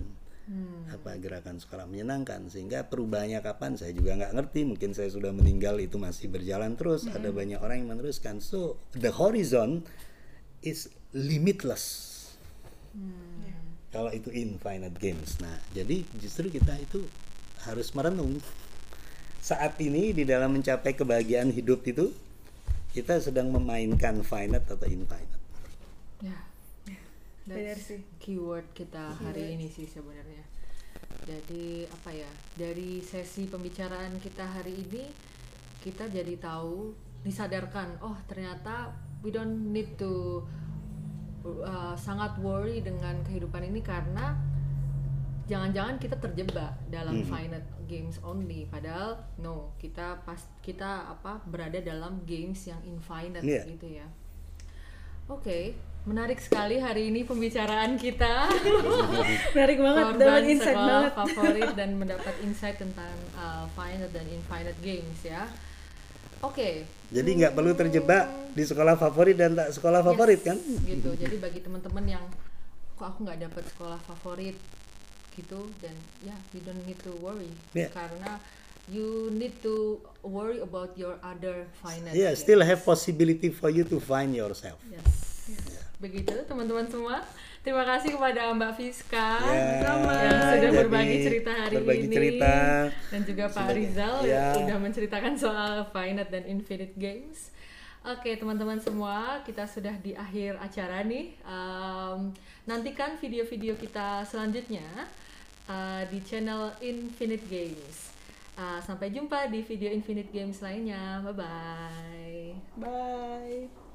Hmm. Apa gerakan sekolah menyenangkan, sehingga perubahannya kapan saya juga nggak ngerti. Mungkin saya sudah meninggal, itu masih berjalan terus. Hmm. Ada banyak orang yang meneruskan. So the horizon is limitless. Hmm. Kalau itu infinite games. Nah, jadi justru kita itu harus merenung. Saat ini di dalam mencapai kebahagiaan hidup itu, kita sedang memainkan finite atau infinite. Ya, Benar that's sih. keyword kita hari ini sih sebenarnya. Jadi apa ya, dari sesi pembicaraan kita hari ini, kita jadi tahu, disadarkan, oh ternyata we don't need to uh, sangat worry dengan kehidupan ini, karena jangan-jangan kita terjebak dalam Mhm. finite games only, padahal no, kita pas kita apa berada dalam games yang infinite Iya. gitu ya. Oke, menarik sekali hari ini pembicaraan kita. Menarik banget, Korban dapat insight sekolah banget. favorit dan mendapat insight tentang uh, finite dan infinite games ya. Oke. Jadi nggak perlu terjebak di sekolah favorit dan tak sekolah favorit, Yes, kan? gitu. Jadi bagi teman-teman yang kok aku nggak dapat sekolah favorit gitu, dan ya yeah, you don't need to worry, Yeah. karena you need to worry about your other finite Yeah, games. still have possibility for you to find yourself. Yes. Begitu teman-teman semua. Terima kasih kepada Mbak Fiska Ya, yang sudah jadi berbagi cerita hari berbagi ini, cerita. dan juga Pak Sebagai- Rizal ya. yang sudah menceritakan soal finite dan infinite games. Oke teman-teman semua, kita sudah di akhir acara nih. Um, nantikan video-video kita selanjutnya uh, di channel Infinite Games. Uh, sampai jumpa di video Infinite Games lainnya. Bye bye. Bye.